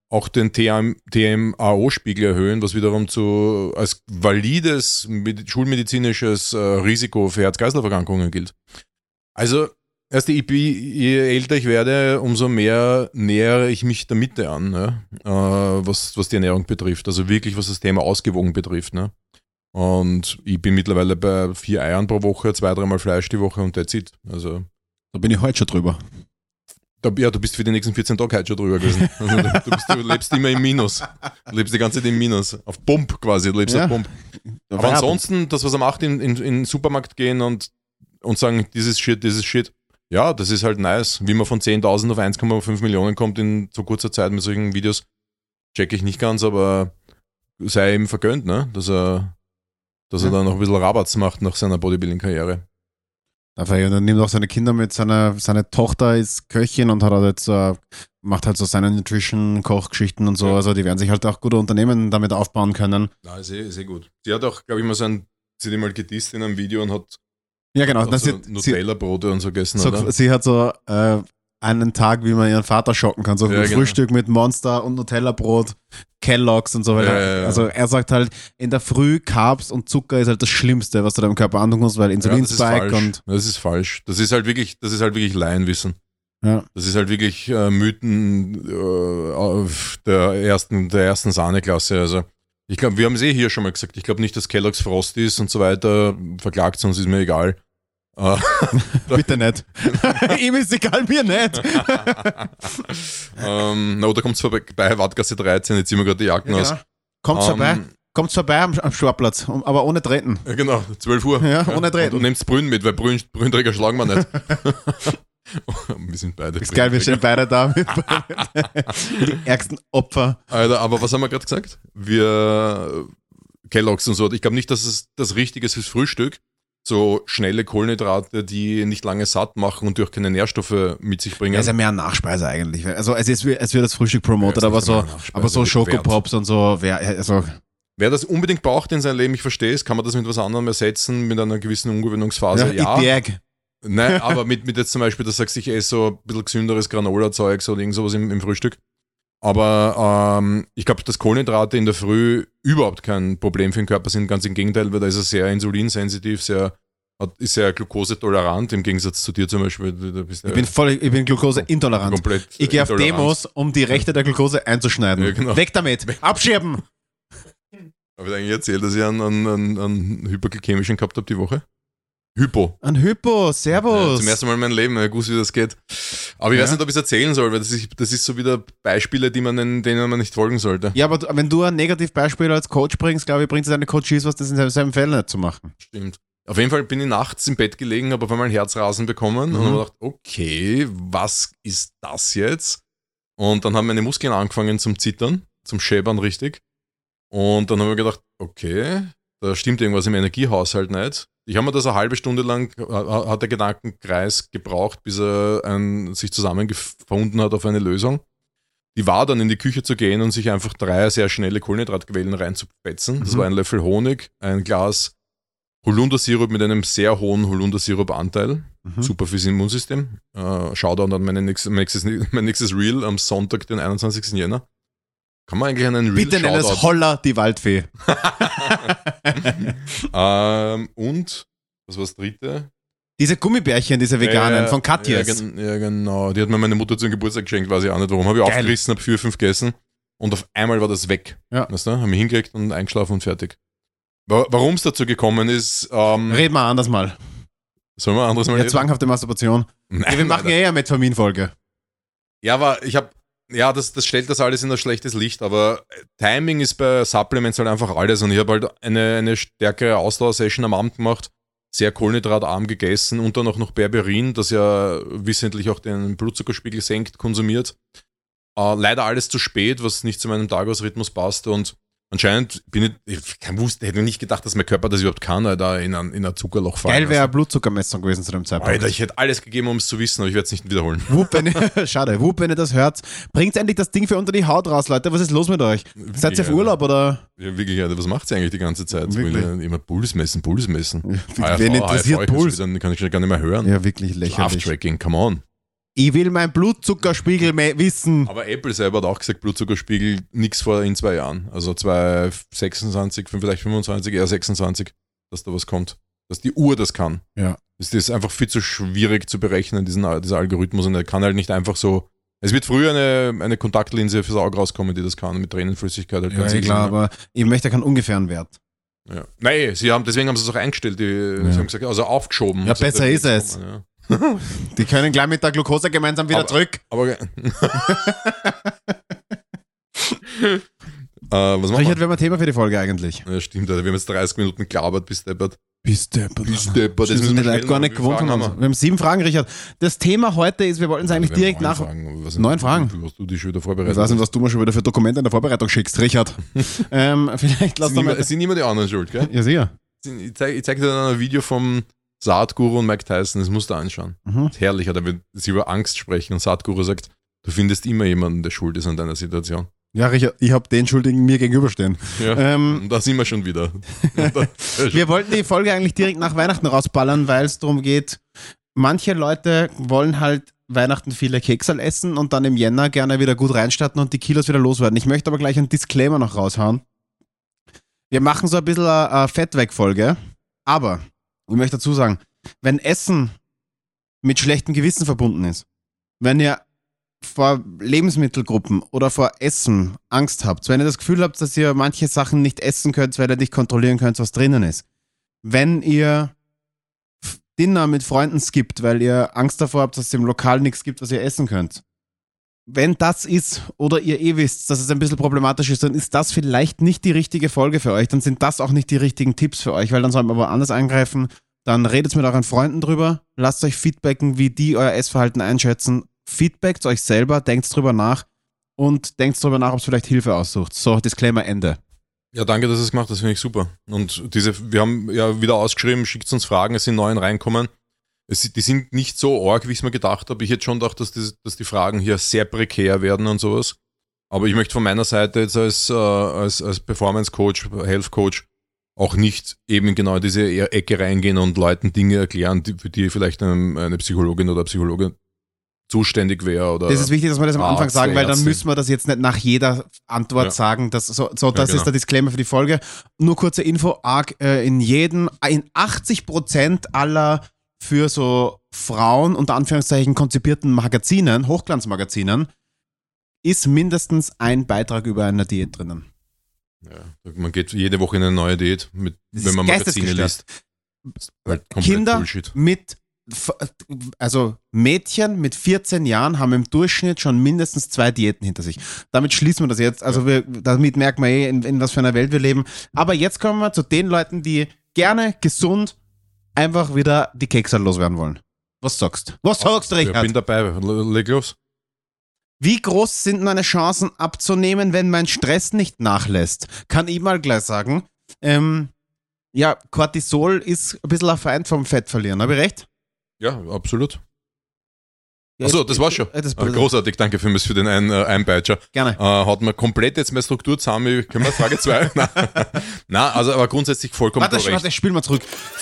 auch den T M A O-Spiegel erhöhen, was wiederum zu, als valides med- schulmedizinisches äh, Risiko für Herz-Kreislauf-Erkrankungen gilt. Also, erst je, je älter ich werde, umso mehr nähere ich mich der Mitte an, ne? äh, was, was die Ernährung betrifft. Also wirklich, was das Thema ausgewogen betrifft. Ne? Und ich bin mittlerweile bei vier Eiern pro Woche, zwei, dreimal Fleisch die Woche und that's it. Also, Da bin ich heute schon drüber. da, ja, du bist für die nächsten vierzehn Tage heute schon drüber gewesen. Also, du, du, bist, du lebst immer im Minus. Du lebst die ganze Zeit im Minus. Auf Pump quasi, du lebst Ja. auf Pump. Aber ansonsten, das, was er macht, in, in, in den Supermarkt gehen und, und sagen, dieses Shit, dieses Shit, ja, das ist halt nice. Wie man von zehntausend auf eins Komma fünf Millionen kommt in so kurzer Zeit mit solchen Videos, check ich nicht ganz, aber sei ihm vergönnt, ne? Dass er, dass er Ja. dann noch ein bisschen Rabatz macht nach seiner Bodybuilding-Karriere. Dafür, und dann nimmt auch seine Kinder mit, seine, seine Tochter ist Köchin und hat halt jetzt, äh, macht halt so seine Nutrition-Kochgeschichten und so, Ja. also die werden sich halt auch gute Unternehmen damit aufbauen können. Ja, ist eh, ist eh gut. Sie hat auch, glaube ich, mal so ein, sie hat ihn mal gedisst in einem Video und hat Ja, genau. auch Na, so sie, sie, Nutella-Brote und so gegessen, so, oder? sie hat so äh, einen Tag, wie man ihren Vater schocken kann, so Ja, ein genau. Frühstück mit Monster und Nutella-Brot, Kellogg's und so weiter. Ja, ja, ja. Also er sagt halt, in der Früh Carbs und Zucker ist halt das Schlimmste, was du deinem Körper antun musst, weil Ja, das ist Insulinspike falsch. und Das ist falsch. Das ist halt wirklich, das ist halt wirklich Laienwissen. ja. Das ist halt wirklich äh, Mythen äh, auf der ersten, der ersten Sahneklasse. Also ich glaube, wir haben es eh hier schon mal gesagt. Ich glaube nicht, dass Kellogg's Frost ist und so weiter. Verklagt uns, ist mir egal. Äh, Bitte nicht. Ihm ist egal, mir nicht. ähm, na, oder kommt's vorbei bei Wattgasse dreizehn, jetzt ziehen wir gerade die Jacken Ja, aus. genau. Kommt's Ähm, vorbei, kommt's vorbei am, am Sportplatz, um- aber ohne Treten. Ja, genau, zwölf Uhr. Ja, ohne Treten. Und, und nimmst Brünn mit, weil Brünn, Brünnträger schlagen wir nicht. Wir sind beide. Ist geil, wir stehen beide da mit die ärgsten Opfer. Alter, aber was haben wir gerade gesagt? Wir Kellogg's und so. Ich glaube nicht, dass es das Richtige ist fürs Frühstück. So schnelle Kohlenhydrate, die nicht lange satt machen und durch keine Nährstoffe mit sich bringen. Ja, ist ja mehr eine Nachspeise eigentlich. Also es, ist, es wird das Frühstück promotet, Ja, aber es ist so, mehr eine Nachspeise, aber so wert. Schokopops und so, wer, also, Wer das unbedingt braucht in seinem Leben, ich verstehe es, kann man das mit was anderem ersetzen, mit einer gewissen Umgewöhnungsphase. Ja, ja. Ideg. nein, aber mit, mit jetzt zum Beispiel, dass du sagst, ich esse so ein bisschen gesünderes Granola-Zeug oder irgend sowas im, im Frühstück. Aber ähm, ich glaube, dass Kohlenhydrate in der Früh überhaupt kein Problem für den Körper sind, ganz im Gegenteil, weil da ist er sehr insulinsensitiv, sehr, hat, ist sehr glukosetolerant, im Gegensatz zu dir zum Beispiel. Du, du bist ja Ich bin voll, ich bin glukoseintolerant. komplett Ich gehe auf intolerant. Demos, um die Rechte der Glukose einzuschneiden. Ja, genau. Weg damit! Abschieben! Habe ich eigentlich erzählt, dass ich einen, einen, einen, einen hyperglykämischen gehabt habe die Woche? Hypo. Ein Hypo, Ja, servus! zum ersten Mal in meinem Leben, ich wusste, wie das geht. Aber ich Ja. weiß nicht, ob ich es erzählen soll, weil das ist, das ist so wieder Beispiele, die man, denen man nicht folgen sollte. Ja, aber du, wenn du ein Negativbeispiel als Coach bringst, glaube ich, bringt es deine Coaches was, das in seinem Fällen nicht zu machen. Stimmt. Auf jeden Fall bin ich nachts im Bett gelegen, habe auf einmal ein Herzrasen bekommen Mhm. und habe gedacht, okay, was ist das jetzt? Und dann haben meine Muskeln angefangen zum Zittern, zum Schäbern richtig. Und dann habe ich gedacht, okay, da stimmt irgendwas im Energiehaushalt nicht. Ich habe mir das eine halbe Stunde lang, äh, hat der Gedankenkreis gebraucht, bis er ein, sich zusammengefunden hat auf eine Lösung. Die war dann in die Küche zu gehen und sich einfach drei sehr schnelle Kohlenhydratquellen reinzupetzen. Das Mhm. war ein Löffel Honig, ein Glas Holundersirup mit einem sehr hohen Holundersirup-Anteil. Mhm. Super fürs Immunsystem. Äh, Shoutout an meine nächstes, mein, nächstes, mein nächstes Reel am Sonntag, den einundzwanzigsten Jänner. Kann man eigentlich einen Reel Bitte nenn es Shoutout- Holla die Waldfee. ähm, Und, was war das dritte? Diese Gummibärchen, diese veganen, Ja, von Katjes. Ja, gen- ja, genau. Die hat mir meine Mutter zum Geburtstag geschenkt, weiß ich auch nicht warum. Habe ich Geil. aufgerissen, habe vier, fünf gegessen und auf einmal war das weg. Ja. Weißt du? Habe mich hingelegt und eingeschlafen und fertig. Wa- Warum es dazu gekommen ist, ähm, Reden wir anders mal. sollen wir anderes mal Ja, reden? zwanghafte Masturbation. Nein, Ja, wir machen Alter. ja eher Metformin-Folge. Ja, aber ich habe, ja, das, das stellt das alles in ein schlechtes Licht, aber Timing ist bei Supplements halt einfach alles und ich habe halt eine, eine stärkere Ausdauersession am Abend gemacht, sehr kohlenhydratarm gegessen und dann auch noch Berberin, das ja wissentlich auch den Blutzuckerspiegel senkt, konsumiert. Äh, leider alles zu spät, was nicht zu meinem Tagesrhythmus passt und anscheinend bin ich, ich kann- wusste, hätte nicht gedacht, dass mein Körper das überhaupt kann, Alter, in ein, in ein Zuckerloch fallen. Geil wäre eine Blutzuckermessung gewesen zu dem Zeitpunkt. Alter, ich hätte alles gegeben, um es zu wissen, aber ich werde es nicht wiederholen. Wupp, wenn ihr, schade, Wupp, wenn ihr das hört, bringt endlich das Ding für unter die Haut raus, Leute. Was ist los mit euch? Seid ihr auf Alter. Urlaub oder? Ja, wirklich, Alter, was macht sie eigentlich die ganze Zeit? Wirklich? Will immer Puls messen, Puls messen. Wen interessiert Puls? Dann kann ich schon gar nicht mehr hören. Ja, wirklich lächerlich. Schlaftracking, come on. Ich will meinen Blutzuckerspiegel mehr wissen. Aber Apple selber hat auch gesagt, Blutzuckerspiegel nichts vor in zwei Jahren. Also zwanzig sechsundzwanzig, vielleicht fünfundzwanzig, eher sechsundzwanzig, dass da was kommt. Dass die Uhr das kann. Ja. Das ist einfach viel zu schwierig zu berechnen, diesen, dieser Algorithmus. Und er kann halt nicht einfach so. Es wird früher eine, eine Kontaktlinse fürs Auge rauskommen, die das kann, mit Tränenflüssigkeit. Halt Ja, klar, aber ich möchte keinen ungefähren Wert. Ja. Nein, sie haben, deswegen haben sie es auch eingestellt, die, Ja. sie haben gesagt, also aufgeschoben. Ja, Also besser der- ist es. Ja. Die können gleich mit der Glucose gemeinsam wieder Aber- zurück. Aber. äh, was machen Richard, wir? wir haben ein Thema für die Folge eigentlich. Ja, stimmt, Alter. Wir haben jetzt dreißig Minuten gelabert, bis deppert. Bis deppert. Bis deppert. Das Das ist müssen mir wir leid, schnell gar machen. nicht Wie gewohnt viele von Fragen uns. haben Wir haben sieben Fragen, Richard. Das Thema heute ist, wir wollten es eigentlich Wir haben direkt neun nach... Fragen, aber was Neun Fragen? Du hast du die schon wieder Ich vorbereitet. weiß nicht, was du mir schon wieder für Dokumente in der Vorbereitung schickst, Richard. ähm, vielleicht lass sind, doch immer, mal... es sind immer die anderen schuld, gell? Ja, sicher. Ich zeige zeig dir dann ein Video vom Saatguru und Mike Tyson, das musst du anschauen. Mhm. Das ist herrlich, da wird sie über Angst sprechen und Saatguru sagt, du findest immer jemanden, der schuld ist an deiner Situation. Ja, Richard, ich habe den Schuldigen mir gegenüberstehen. Ja, Ähm, und da sind wir schon wieder. Wir wollten die Folge eigentlich direkt nach Weihnachten rausballern, weil es darum geht, manche Leute wollen halt Weihnachten viele Keksal essen und dann im Jänner gerne wieder gut reinstarten und die Kilos wieder loswerden. Ich möchte aber gleich einen Disclaimer noch raushauen. Wir machen so ein bisschen eine, eine Fettweg-Folge, aber ich möchte dazu sagen, wenn Essen mit schlechtem Gewissen verbunden ist, wenn ihr vor Lebensmittelgruppen oder vor Essen Angst habt, wenn ihr das Gefühl habt, dass ihr manche Sachen nicht essen könnt, weil ihr nicht kontrollieren könnt, was drinnen ist, wenn ihr Dinner mit Freunden skippt, weil ihr Angst davor habt, dass es im Lokal nichts gibt, was ihr essen könnt, wenn das ist oder ihr eh wisst, dass es ein bisschen problematisch ist, dann ist das vielleicht nicht die richtige Folge für euch, dann sind das auch nicht die richtigen Tipps für euch, weil dann soll man aber anders eingreifen, dann redet mit euren Freunden drüber, lasst euch feedbacken, wie die euer Essverhalten einschätzen, feedbackt euch selber, denkt drüber nach und denkt drüber nach, ob es vielleicht Hilfe aussucht. So, Disclaimer, Ende. Ja, danke, dass ihr es gemacht habt, das finde ich super. Und diese, wir haben ja wieder ausgeschrieben, schickt uns Fragen, es sind neuen reinkommen. Es, die sind nicht so arg, wie ich es mir gedacht habe. Ich hätte schon gedacht, dass die, dass die Fragen hier sehr prekär werden und sowas. Aber ich möchte von meiner Seite jetzt als, äh, als, als Performance-Coach, Health-Coach auch nicht eben in genau diese Ecke reingehen und Leuten Dinge erklären, die, für die vielleicht eine, eine Psychologin oder Psychologe zuständig wäre. Oder Das ist wichtig, dass wir das am Anfang Arzt, sagen, weil dann Ärztin. müssen wir das jetzt nicht nach jeder Antwort Ja. sagen. Das, so, so, das genau. ist der Disclaimer für die Folge. Nur kurze Info, arg, äh, in jedem, in achtzig Prozent aller für so Frauen unter Anführungszeichen konzipierten Magazinen, Hochglanzmagazinen, ist mindestens ein Beitrag über eine Diät drinnen. Ja, man geht jede Woche in eine neue Diät, mit, Das wenn ist man Magazine geistesgestört. liest. Das ist halt komplett Kinder Bullshit. mit, also Mädchen mit vierzehn Jahren haben im Durchschnitt schon mindestens zwei Diäten hinter sich. Damit schließen wir das jetzt. Also wir, damit merkt man eh, in, in was für einer Welt wir leben. Aber jetzt kommen wir zu den Leuten, die gerne gesund einfach wieder die Kekse loswerden wollen. Was sagst? Was sagst du, Ich Richard? bin dabei, leg los. Wie groß sind meine Chancen abzunehmen, wenn mein Stress nicht nachlässt? Kann ich mal gleich sagen. Ähm, ja, Cortisol ist ein bisschen ein Feind vom Fett verlieren. Habe ich recht? Ja, absolut. Ja, Achso, jetzt- das war's schon. äh, Das, Äh, großartig, danke für, für den Ein, äh, Einpeitscher. Gerne. Äh, hat man komplett jetzt mehr Struktur zusammen. Können wir Frage zwei? Nein. Nein, also aber grundsätzlich vollkommen Warte, korrekt. warte, spielen wir zurück.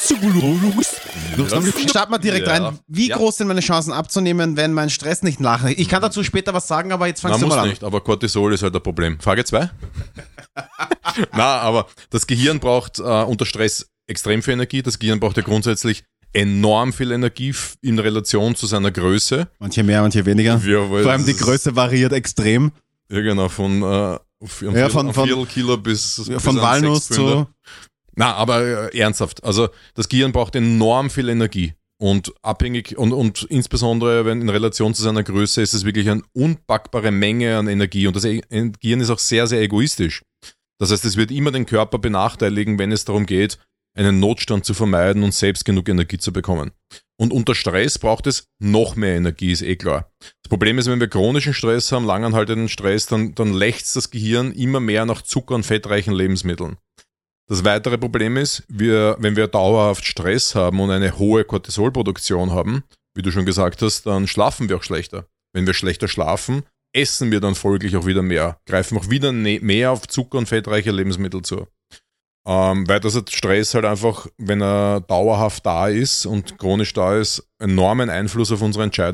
Starten wir direkt Ja. rein. Wie Ja. groß sind meine Chancen abzunehmen, wenn mein Stress nicht nachlässt? Ich kann dazu später was sagen, aber jetzt fangst Nein, du muss mal an. nicht, aber Cortisol ist halt ein Problem. Frage zwei? Na, aber das Gehirn braucht äh, unter Stress extrem viel Energie. Das Gehirn braucht ja grundsätzlich enorm viel Energie f- in Relation zu seiner Größe. Manche mehr, manche weniger. Ja, weil Vor allem die das- Größe variiert extrem. Ja, genau, von, äh, von, Ja, von- von, von- Viertelkilo bis, Ja, bis von an Walnuss sechs Pfünder. zu. Na, aber äh, ernsthaft. Also das Gehirn braucht enorm viel Energie. Und abhängig und, und insbesondere wenn in Relation zu seiner Größe ist es wirklich eine unpackbare Menge an Energie. Und das E- Gehirn ist auch sehr, sehr egoistisch. Das heißt, es wird immer den Körper benachteiligen, wenn es darum geht, einen Notstand zu vermeiden und selbst genug Energie zu bekommen. Und unter Stress braucht es noch mehr Energie, ist eh klar. Das Problem ist, wenn wir chronischen Stress haben, langanhaltenden Stress, dann, dann lechzt das Gehirn immer mehr nach Zucker- und fettreichen Lebensmitteln. Das weitere Problem ist, wir, wenn wir dauerhaft Stress haben und eine hohe Cortisolproduktion haben, wie du schon gesagt hast, dann schlafen wir auch schlechter. Wenn wir schlechter schlafen, essen wir dann folglich auch wieder mehr, greifen auch wieder ne- mehr auf Zucker- und fettreiche Lebensmittel zu. Ähm, weil das hat Stress halt einfach, wenn er dauerhaft da ist und chronisch da ist, enormen Einfluss auf unsere Entscheidungen.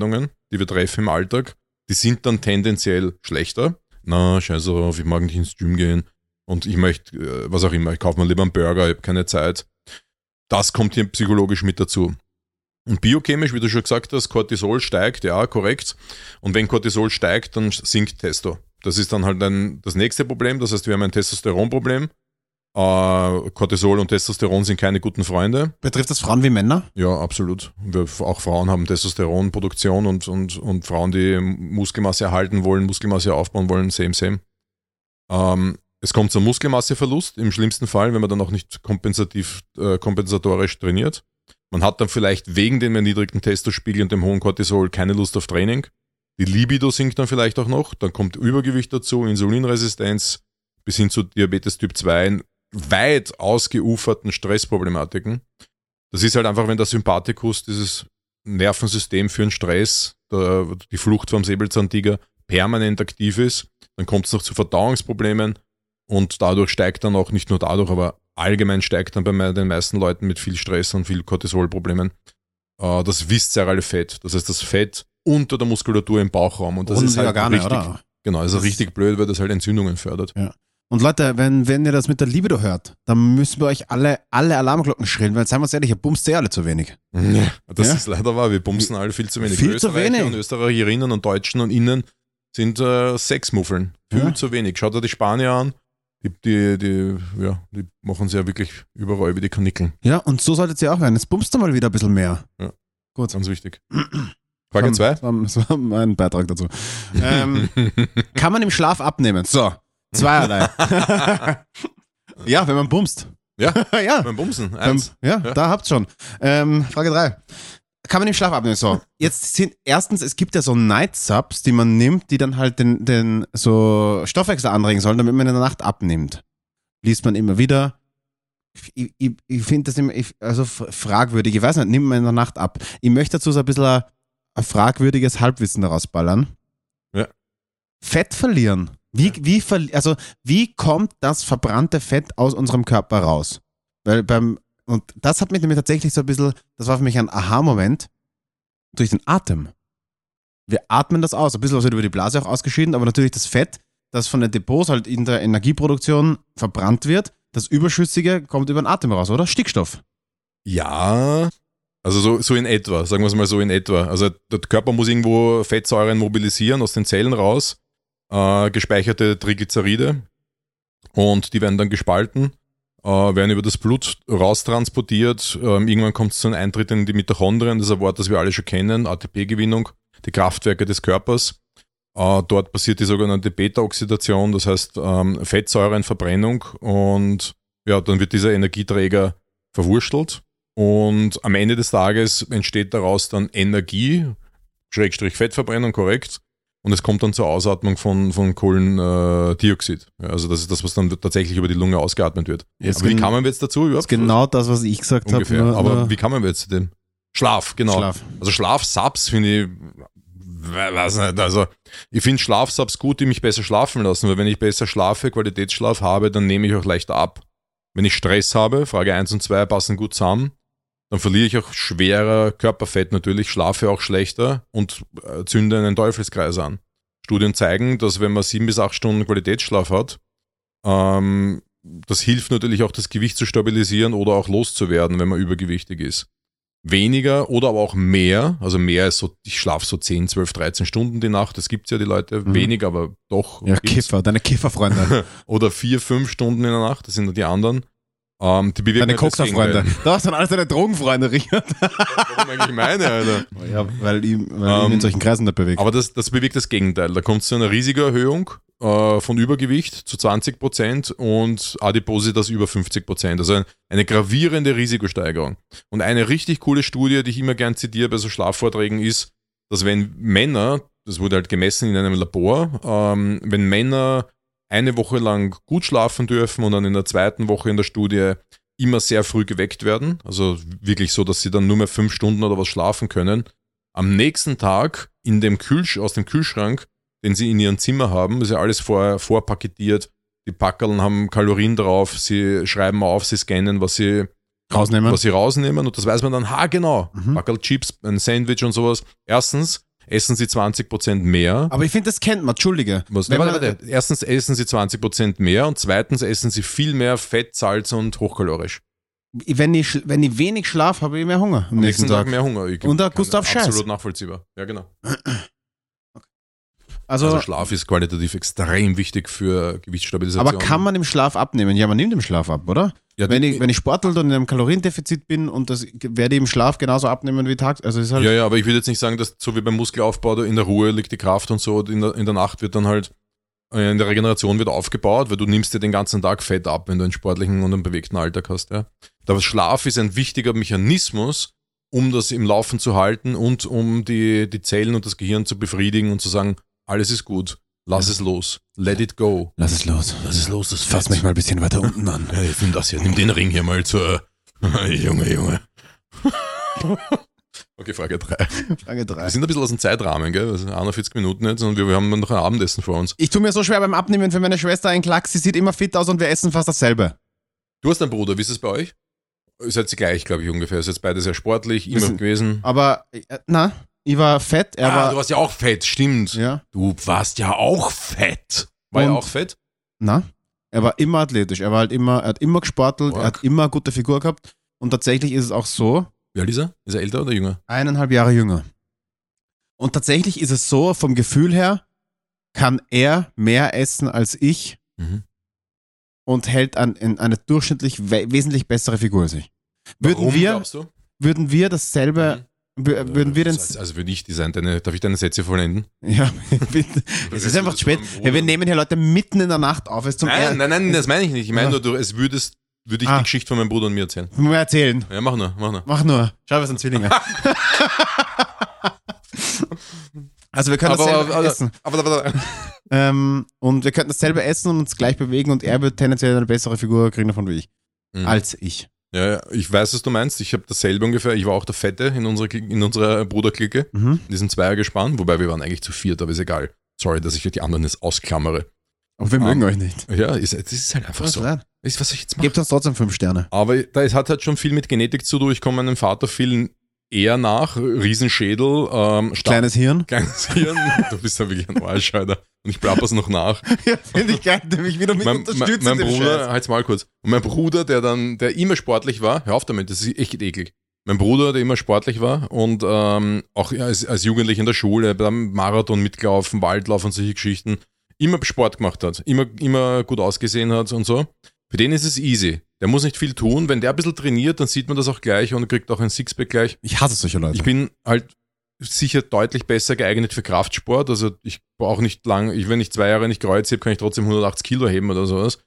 die wir treffen im Alltag, die sind dann tendenziell schlechter. Na, scheiße auf, ich mag nicht ins Gym gehen und ich möchte, äh, was auch immer, ich kaufe mir lieber einen Burger, ich habe keine Zeit. Das kommt hier psychologisch mit dazu. Und biochemisch, wie du schon gesagt hast, Cortisol steigt, ja, korrekt. Und wenn Cortisol steigt, dann sinkt Testo. Das ist dann halt ein, das nächste Problem. Das heißt, wir haben ein Testosteronproblem. Äh, Cortisol und Testosteron sind keine guten Freunde. Betrifft das Frauen wie Männer? Ja, absolut. Wir, auch Frauen haben Testosteronproduktion und, und, und Frauen, die Muskelmasse erhalten wollen, Muskelmasse aufbauen wollen, same, same. Ähm, es kommt zum Muskelmasseverlust, im schlimmsten Fall, wenn man dann auch nicht kompensativ, äh, kompensatorisch trainiert. Man hat dann vielleicht wegen dem erniedrigten Testospiegel und dem hohen Cortisol keine Lust auf Training. Die Libido sinkt dann vielleicht auch noch. Dann kommt Übergewicht dazu, Insulinresistenz bis hin zu Diabetes Typ zwei, weit ausgeuferten Stressproblematiken. Das ist halt einfach, wenn der Sympathikus, dieses Nervensystem für den Stress, der, die Flucht vom Säbelzahntiger, permanent aktiv ist, dann kommt es noch zu Verdauungsproblemen und dadurch steigt dann auch, nicht nur dadurch, aber allgemein steigt dann bei den meisten Leuten mit viel Stress und viel Cortisolproblemen äh, das viszerale Fett. Das heißt, das Fett unter der Muskulatur im Bauchraum. Und das Ohne ist halt Organe, richtig, oder? Genau, ist Das richtig blöd, weil das halt Entzündungen fördert. Ja. Und Leute, wenn, wenn ihr das mit der Libido hört, dann müssen wir euch alle, alle Alarmglocken schrillen, weil seien wir uns ehrlich, ihr bumst eh alle zu wenig. Ja, das Ja? ist leider wahr, wir bumsen alle viel zu wenig. Viel zu Österreicher wenig. und Österreicherinnen und Deutschen und Innen sind äh, Sexmuffeln. Viel Ja. zu wenig. Schaut euch die Spanier an, die, die, die, ja, die machen sie ja wirklich überall wie die Kanickeln. Ja, und so solltet ihr auch werden. Jetzt bummst du mal wieder ein bisschen mehr. Ja. Gut. Ganz wichtig. Frage zwei. Das war, das war mein Beitrag dazu. ähm, kann man im Schlaf abnehmen? So, zweierlei. Ja, wenn man bumst. Ja, ja. beim Bumsen. Beim, Eins. ja, Ja. da habt's schon. Ähm, Frage drei. Kann man im Schlaf abnehmen? So, jetzt sind erstens, es gibt ja so Night Subs, die man nimmt, die dann halt den, den so Stoffwechsel anregen sollen, damit man in der Nacht abnimmt. Liest man immer wieder. Ich, ich, ich finde das immer, ich, also fragwürdig. Ich weiß nicht, nimmt man in der Nacht ab. Ich möchte dazu so ein bisschen ein, ein fragwürdiges Halbwissen daraus ballern. Ja. Fett verlieren. Wie, wie, verli- also, wie kommt das verbrannte Fett aus unserem Körper raus? Weil beim Und das hat mich nämlich tatsächlich so ein bisschen, das war für mich ein Aha-Moment, durch den Atem. Wir atmen das aus, ein bisschen was wird über die Blase auch ausgeschieden, aber natürlich das Fett, das von den Depots halt in der Energieproduktion verbrannt wird, das Überschüssige kommt über den Atem raus, oder? Stickstoff. Ja, also so, so in etwa, sagen wir es mal so in etwa. Also der Körper muss irgendwo Fettsäuren mobilisieren aus den Zellen raus, äh, gespeicherte Triglyceride, und die werden dann gespalten, äh, werden über das Blut raustransportiert. Ähm, irgendwann kommt es zu einem Eintritt in die Mitochondrien, das ist ein Wort, das wir alle schon kennen, A T P-Gewinnung, die Kraftwerke des Körpers. Äh, dort passiert die sogenannte Beta-Oxidation, das heißt ähm, Fettsäurenverbrennung, und ja, dann wird dieser Energieträger verwurstelt. Und am Ende des Tages entsteht daraus dann Energie, Schrägstrich Fettverbrennung, korrekt. Und es kommt dann zur Ausatmung von, von Kohlendioxid. Ja, also das ist das, was dann tatsächlich über die Lunge ausgeatmet wird. Yes, Aber wie gen- kamen wir jetzt dazu überhaupt? Das ist genau das, was ich gesagt habe. Ungefähr. nur- Aber nur wie kamen wir jetzt zu dem? Schlaf, genau. Schlaf. Also Schlafsubs finde ich, we- weiß nicht, also ich finde Schlafsubs gut, die mich besser schlafen lassen, weil wenn ich besser schlafe, Qualitätsschlaf habe, dann nehme ich auch leichter ab. Wenn ich Stress habe, Frage eins und zwei passen gut zusammen, dann verliere ich auch schwerer Körperfett natürlich, schlafe auch schlechter und äh, zünde einen Teufelskreis an. Studien zeigen, dass wenn man sieben bis acht Stunden Qualitätsschlaf hat, ähm, das hilft natürlich auch, das Gewicht zu stabilisieren oder auch loszuwerden, wenn man übergewichtig ist. Weniger oder aber auch mehr, also mehr ist so, ich schlafe so zehn, zwölf, dreizehn Stunden die Nacht, das gibt es ja die Leute, Mhm. weniger, aber doch. Ja, gibt's. Kiffer, deine Kifferfreunde. Oder vier, fünf Stunden in der Nacht, das sind dann die anderen. Ähm, die bewegen Deine halt das Kokserfreunde. Gegenteil. Das sind alles deine Drogenfreunde, Richard. Warum eigentlich meine, Alter? Ja, weil ich, weil ich Ähm, mich in solchen Kreisen nicht bewege. Aber das, das bewirkt das Gegenteil. Da kommt es zu einer riesigen Erhöhung äh, von Übergewicht zu zwanzig Prozent und Adipositas über fünfzig Prozent. Also ein, eine gravierende Risikosteigerung. Und eine richtig coole Studie, die ich immer gern zitiere bei so Schlafvorträgen, ist, dass wenn Männer, das wurde halt gemessen in einem Labor, ähm, wenn Männer eine Woche lang gut schlafen dürfen und dann in der zweiten Woche in der Studie immer sehr früh geweckt werden, also wirklich so, dass sie dann nur mehr fünf Stunden oder was schlafen können, am nächsten Tag in dem Kühlsch aus dem Kühlschrank, den sie in ihrem Zimmer haben, ist ja alles vor, vorpaketiert, die Packerln haben Kalorien drauf, sie schreiben auf, sie scannen, was sie Rausnehmen. was sie rausnehmen, und das weiß man dann, ha genau, Mhm. Packerl Chips, ein Sandwich und sowas. Erstens essen sie zwanzig Prozent mehr. Aber ich finde, das kennt man, Entschuldige. Was? Wenn Warte, man- warte. Erstens essen sie zwanzig Prozent mehr und zweitens essen sie viel mehr Fett, Salz und hochkalorisch. Wenn ich, sch- wenn ich wenig Schlaf habe, ich mehr Hunger am Am nächsten Tag, Tag. mehr Hunger. Ich Und der kann- Gustav Scheiß. Absolut nachvollziehbar. Ja, genau. Also, Also Schlaf ist qualitativ extrem wichtig für Gewichtsstabilisation. aber kann man im Schlaf abnehmen? Ja, man nimmt im Schlaf ab, oder? Ja, wenn, die- ich, wenn ich sportel und in einem Kaloriendefizit bin und das werde ich im Schlaf genauso abnehmen wie tags. Also ist halt Ja, ja, aber ich würde jetzt nicht sagen, dass so wie beim Muskelaufbau, da in der Ruhe liegt die Kraft und so, in der, in der Nacht wird dann halt, äh, in der Regeneration wird aufgebaut, weil du nimmst dir den ganzen Tag Fett ab, wenn du einen sportlichen und einen bewegten Alltag hast. Ja. Aber Schlaf ist ein wichtiger Mechanismus, um das im Laufen zu halten und um die, die Zellen und das Gehirn zu befriedigen und zu sagen, alles ist gut, lass es los, let it go. Lass es los. Lass es los, das Fass mich mal ein bisschen weiter unten an. Ja, jetzt nimm das hier, nimm den Ring hier mal zur... Junge, Junge. Okay, Frage drei. Frage drei. Wir sind ein bisschen aus dem Zeitrahmen, gell? Also einundvierzig Minuten jetzt und wir, wir haben noch ein Abendessen vor uns. Ich tue mir so schwer beim Abnehmen für meine Schwester einen Klacks. Sie sieht immer fit aus und wir essen fast dasselbe. Du hast einen Bruder, wie ist es bei euch? Ihr seid gleich, glaube ich, ungefähr. Ihr seid beide sehr sportlich, Wir immer sind- gewesen. Aber, äh, na, ich war fett, er Ah, war. du warst ja auch fett, stimmt. Ja, Du warst ja auch fett. War er Und- auch fett? na, er war immer athletisch. Er war halt immer, er hat immer gesportelt, er Org. hat immer eine gute Figur gehabt. Und tatsächlich ist es auch so, Wie alt ist er? Ist er älter oder jünger? eineinhalb Jahre jünger. Und tatsächlich ist es so, vom Gefühl her, kann er mehr essen als ich Mhm. und hält an, in eine durchschnittlich we wesentlich bessere Figur als ich. Würden Warum, wir, glaubst du? würden wir dasselbe, wür- würden wir den, Also, also würde ich design, deine, darf ich deine Sätze vollenden? ja, bitte. Es ist einfach spät. Ja, wir nehmen hier Leute mitten in der Nacht auf. Es ist zum Nein, Er- nein, nein, das meine ich nicht. Ich meine Ja. nur, du, es würdest, würde ich Ah. die Geschichte von meinem Bruder und mir erzählen. Mal erzählen. Ja, mach nur, mach nur. Mach nur. Schau, wir sind Zwillinge. Also wir können Aber, dasselbe aber, essen. aber, aber, aber Ähm, und wir könnten dasselbe essen und uns gleich bewegen und er wird tendenziell eine bessere Figur kriegen davon wie ich. Mhm. Als ich. Ja, ja, ich weiß, was du meinst. Ich habe dasselbe ungefähr. Ich war auch der Fette in unserer, Kli- in unserer Bruderklicke, Mhm. in diesem Zweiergespann, wobei wir waren eigentlich zu viert, aber ist egal. Sorry, dass ich die anderen jetzt ausklammere. Aber wir Ah. mögen euch nicht. Ja, ist, das ist halt einfach so. leid. Weißt du, was soll ich jetzt machen? Gebt uns trotzdem fünf Sterne. Aber da, es hat halt schon viel mit Genetik zu tun. Ich komme meinem Vater viel eher nach. Riesenschädel, ähm, stark- Kleines Hirn. kleines Hirn. Du bist ja wirklich ein Arschscheider. Und ich plapper's noch nach. Ja, finde ich geil, der mich wieder mit mein, mein, unterstützt. mein in dem Bruder, Scheiß. halt's mal kurz. Und mein Bruder, der dann, der immer sportlich war, hör auf damit, das ist echt eklig. Mein Bruder, der immer sportlich war und ähm, auch als, als Jugendlicher in der Schule, beim Marathon mitgelaufen, Waldlauf und solche Geschichten, immer Sport gemacht hat, immer, immer gut ausgesehen hat und so. Für den ist es easy. Der muss nicht viel tun. Wenn der ein bisschen trainiert, dann sieht man das auch gleich und kriegt auch ein Sixpack gleich. Ich hasse solche Leute. Ich bin halt sicher deutlich besser geeignet für Kraftsport. Also ich brauche nicht lang, ich, wenn ich zwei Jahre nicht Kreuz habe, kann ich trotzdem hundertachtzig Kilo heben oder sowas.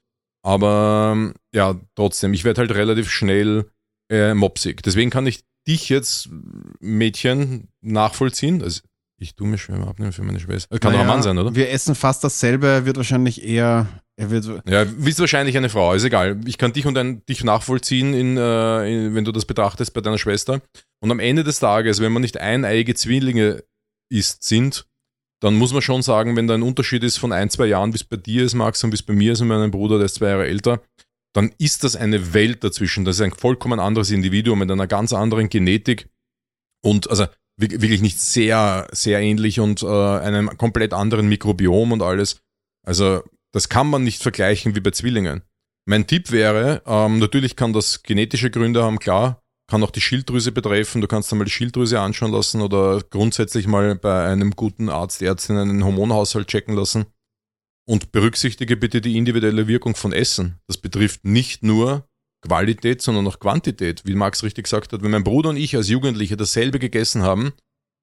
Aber ähm, ja, trotzdem, ich werde halt relativ schnell äh, mopsig. Deswegen kann ich dich jetzt, Mädchen, nachvollziehen. Also ich tue mir schwer im Abnehmen für meine Schwester. Das kann doch ein Naja, Mann sein, oder? Wir essen fast dasselbe, er wird wahrscheinlich eher. Er wird so. Ja, bist wahrscheinlich eine Frau, ist egal. Ich kann dich und dein, dich nachvollziehen, in, äh, in, wenn du das betrachtest bei deiner Schwester. Und am Ende des Tages, wenn man nicht eineiige Zwillinge ist, sind, dann muss man schon sagen, wenn da ein Unterschied ist von ein, zwei Jahren, bis bei dir ist, Max, und bis bei mir ist, und mein Bruder, der ist zwei Jahre älter, dann ist das eine Welt dazwischen. Das ist ein vollkommen anderes Individuum mit einer ganz anderen Genetik und also wir- wirklich nicht sehr, sehr ähnlich und äh, einem komplett anderen Mikrobiom und alles. Also das kann man nicht vergleichen wie bei Zwillingen. Mein Tipp wäre, ähm, natürlich kann das genetische Gründe haben, klar, kann auch die Schilddrüse betreffen, du kannst einmal die Schilddrüse anschauen lassen oder grundsätzlich mal bei einem guten Arzt, Ärztin einen Hormonhaushalt checken lassen. Und berücksichtige bitte die individuelle Wirkung von Essen. Das betrifft nicht nur Qualität, sondern auch Quantität. Wie Max richtig gesagt hat, wenn mein Bruder und ich als Jugendliche dasselbe gegessen haben,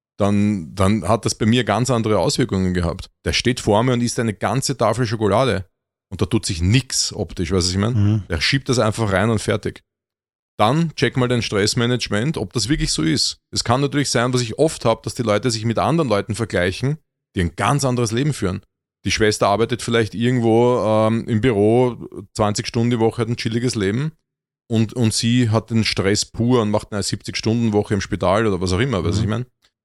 dann, dann hat das bei mir ganz andere Auswirkungen gehabt. Der steht vor mir und isst eine ganze Tafel Schokolade. Und da tut sich nix optisch, weißt du, was ich meine? Mhm. Der schiebt das einfach rein und fertig. Dann check mal dein Stressmanagement, ob das wirklich so ist. Es kann natürlich sein, was ich oft habe, dass die Leute sich mit anderen Leuten vergleichen, die ein ganz anderes Leben führen. Die Schwester arbeitet vielleicht irgendwo ähm, im Büro zwanzig Stunden die Woche, hat ein chilliges Leben und, und sie hat den Stress pur und macht eine siebzig-Stunden-Woche im Spital oder was auch immer, weißt du, Mhm. ich meine?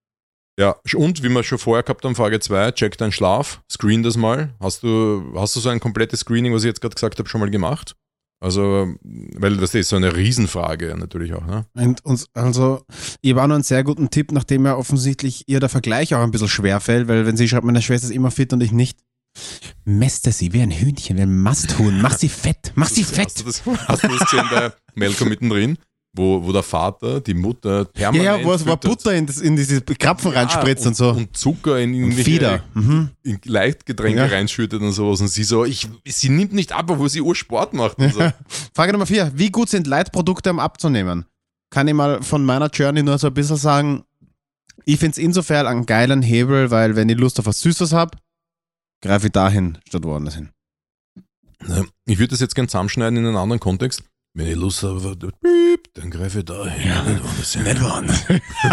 Ja, und wie wir schon vorher gehabt haben, Frage zwei, check deinen Schlaf, screen das mal. Hast du, hast du so ein komplettes Screening, was ich jetzt gerade gesagt habe, schon mal gemacht? Also, weil das ist so eine Riesenfrage natürlich auch. Ne? Und uns, also, ich habe auch noch einen sehr guten Tipp, nachdem ja offensichtlich ihr der Vergleich auch ein bisschen schwer fällt, weil wenn sie schreibt, meine Schwester ist immer fit und ich nicht, mäste sie wie ein Hühnchen, wie ein Masthuhn, mach sie fett, mach sie fett. Hast du das, hast du das gesehen bei Malcolm mittendrin? Wo, wo der Vater, die Mutter permanent. Ja, ja, wo es war Butter in, das, in diese Krapfen ja, reinspritzt und, und so. Und Zucker in, in, Fieder. Mhm. in Leichtgetränke ja. reinschüttet und sowas. Und sie so, ich, sie nimmt nicht ab, obwohl sie Ursport macht. Und so. Ja. Frage Nummer vier. Wie gut sind Leitprodukte, um abzunehmen? Kann ich mal von meiner Journey nur so ein bisschen sagen, ich finde es insofern einen geilen Hebel, weil wenn ich Lust auf was Süßes habe, greife ich dahin, statt woanders hin. Ich würde das jetzt gerne zusammenschneiden in einen anderen Kontext. Wenn ich Lust habe, dann greife ich da hin. Ja, nicht woanders.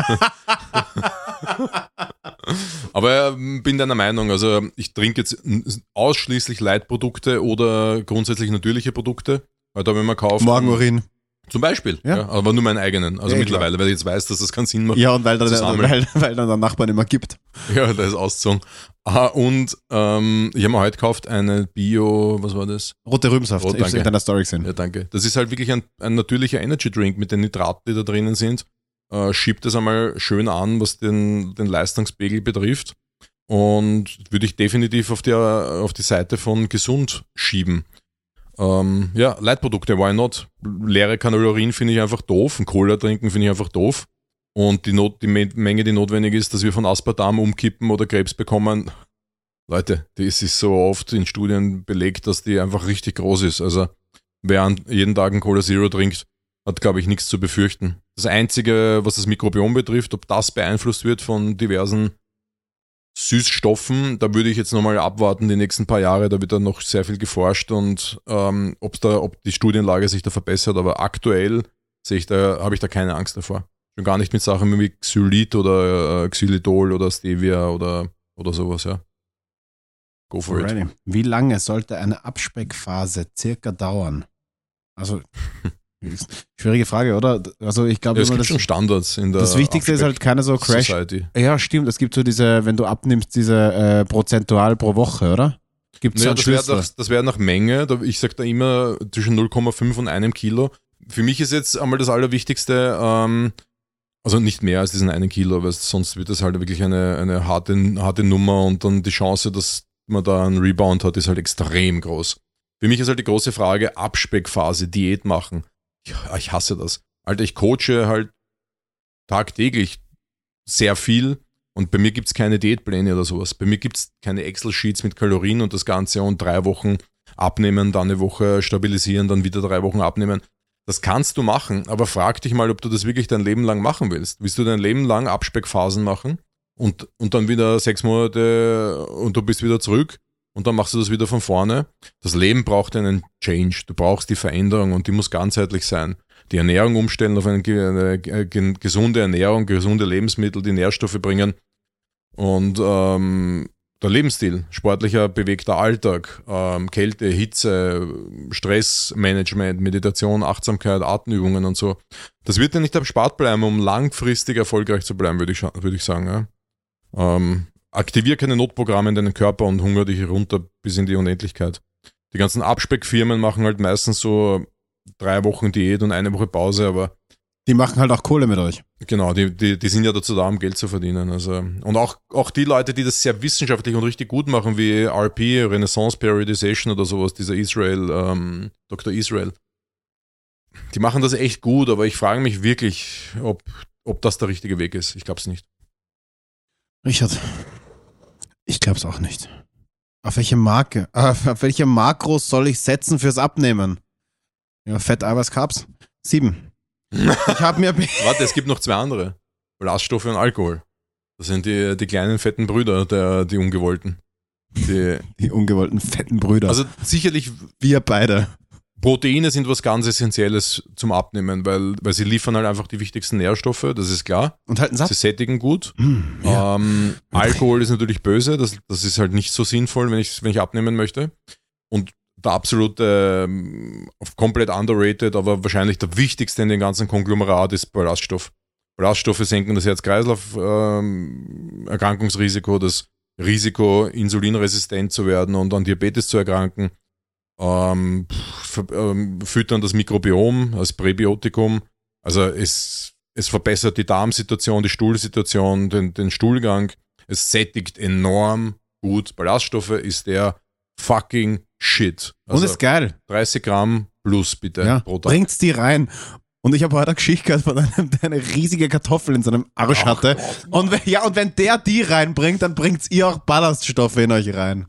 Aber ich bin deiner Meinung, also ich trinke jetzt ausschließlich Leitprodukte oder grundsätzlich natürliche Produkte, weil da wenn man kauft. Morgenurin. Zum Beispiel, ja. Ja, aber nur meinen eigenen. Also ja, mittlerweile, klar. Weil ich jetzt weiß, dass das keinen Sinn macht. Ja, und weil dann, weil, weil dann der Nachbar nicht mehr gibt. Ja, da ist ausgezogen. Ah, und ähm, ich habe mir heute gekauft eine Bio, was war das? Rote Rübensaft, oh, ich habe in deiner Story gesehen. Ja, danke. Das ist halt wirklich ein, ein natürlicher Energy Drink mit den Nitraten, die da drinnen sind. Äh, schiebt das einmal schön an, was den, den Leistungspegel betrifft. Und würde ich definitiv auf die, auf die Seite von gesund schieben. Ähm, ja, Leitprodukte, why not? Leere Kalorien finde ich einfach doof. Ein Cola trinken finde ich einfach doof. Und die, Not, die Menge, die notwendig ist, dass wir von Aspartam umkippen oder Krebs bekommen, Leute, das ist so oft in Studien belegt, dass die einfach richtig groß ist. Also wer jeden Tag einen Cola Zero trinkt, hat, glaube ich, nichts zu befürchten. Das Einzige, was das Mikrobiom betrifft, ob das beeinflusst wird von diversen Süßstoffen, da würde ich jetzt nochmal abwarten, die nächsten paar Jahre, da wird dann noch sehr viel geforscht und ähm, ob's da, ob die Studienlage sich da verbessert, aber aktuell sehe ich da, habe ich da keine Angst davor. Schon gar nicht mit Sachen wie Xylit oder äh, Xylitol oder Stevia oder, oder sowas, ja. Go for Alrighty. It. Wie lange sollte eine Abspeckphase circa dauern? Also, schwierige Frage, oder? Also ich glaube, ja, es gibt das, schon Standards in der das Wichtigste ist halt keine so Crash. Society. Ja, stimmt. Es gibt so diese, wenn du abnimmst, diese äh, prozentual pro Woche, oder? Gibt's naja, das wäre nach, das wär nach Menge. Ich sage da immer zwischen null Komma fünf und einem Kilo. Für mich ist jetzt einmal das Allerwichtigste, ähm, also nicht mehr als diesen einen Kilo, weil sonst wird das halt wirklich eine, eine harte, harte Nummer und dann die Chance, dass man da einen Rebound hat, ist halt extrem groß. Für mich ist halt die große Frage, Abspeckphase, Diät machen. Ja, ich hasse das. Alter, ich coache halt tagtäglich sehr viel und bei mir gibt es keine Diätpläne oder sowas. Bei mir gibt es keine Excel-Sheets mit Kalorien und das Ganze und drei Wochen abnehmen, dann eine Woche stabilisieren, dann wieder drei Wochen abnehmen. Das kannst du machen, aber frag dich mal, ob du das wirklich dein Leben lang machen willst. Willst du dein Leben lang Abspeckphasen machen und, und dann wieder sechs Monate und du bist wieder zurück? Und dann machst du das wieder von vorne. Das Leben braucht einen Change. Du brauchst die Veränderung und die muss ganzheitlich sein. Die Ernährung umstellen auf eine, eine, eine gesunde Ernährung, gesunde Lebensmittel, die Nährstoffe bringen. Und ähm, der Lebensstil, sportlicher, bewegter Alltag, ähm, Kälte, Hitze, Stressmanagement, Meditation, Achtsamkeit, Atemübungen und so. Das wird dir nicht erspart bleiben, um langfristig erfolgreich zu bleiben, würde ich, würd ich sagen. Ja. Ähm, Aktivier keine Notprogramme in deinen Körper und hungere dich runter bis in die Unendlichkeit. Die ganzen Abspeckfirmen machen halt meistens so drei Wochen Diät und eine Woche Pause, aber die machen halt auch Kohle mit euch. Genau, die, die, die sind ja dazu da, um Geld zu verdienen. Also, und auch, auch die Leute, die das sehr wissenschaftlich und richtig gut machen, wie R P, Renaissance Periodization oder sowas, dieser Israel, ähm, Doktor Israel, die machen das echt gut, aber ich frage mich wirklich, ob, ob das der richtige Weg ist. Ich glaube es nicht. Richard, ich glaube es auch nicht. Auf welche Marke, äh, auf welche Makros soll ich setzen fürs Abnehmen? Ja, Fett, Eiweiß, Carbs? Sieben. Ich habe mir... Warte, es gibt noch zwei andere. Ballaststoffe und Alkohol. Das sind die, die kleinen fetten Brüder, der, die ungewollten. Die, die ungewollten fetten Brüder. Also sicherlich... Wir beide. Proteine sind was ganz Essentielles zum Abnehmen, weil, weil sie liefern halt einfach die wichtigsten Nährstoffe, das ist klar. Und halten satt. Sie sättigen gut. Mm, ja. ähm, Alkohol ist natürlich böse, das, das ist halt nicht so sinnvoll, wenn ich, wenn ich abnehmen möchte. Und der absolute, ähm, komplett underrated, aber wahrscheinlich der wichtigste in dem ganzen Konglomerat ist Ballaststoff. Ballaststoffe senken das Herz-Kreislauf-Erkrankungsrisiko, ähm, das Risiko, insulinresistent zu werden und an Diabetes zu erkranken. ähm, f- ähm, füttern das Mikrobiom als Präbiotikum. Also es, es verbessert die Darmsituation, die Stuhlsituation, den, den Stuhlgang. Es sättigt enorm gut. Ballaststoffe ist der fucking Shit. Und ist geil. dreißig Gramm plus bitte Ja, pro Tag. bringt's die rein. Und ich habe heute eine Geschichte gehört von einem, der eine riesige Kartoffel in seinem Arsch Ach hatte. Gott, und wenn, ja, und wenn der die reinbringt, dann bringt's ihr auch Ballaststoffe in euch rein.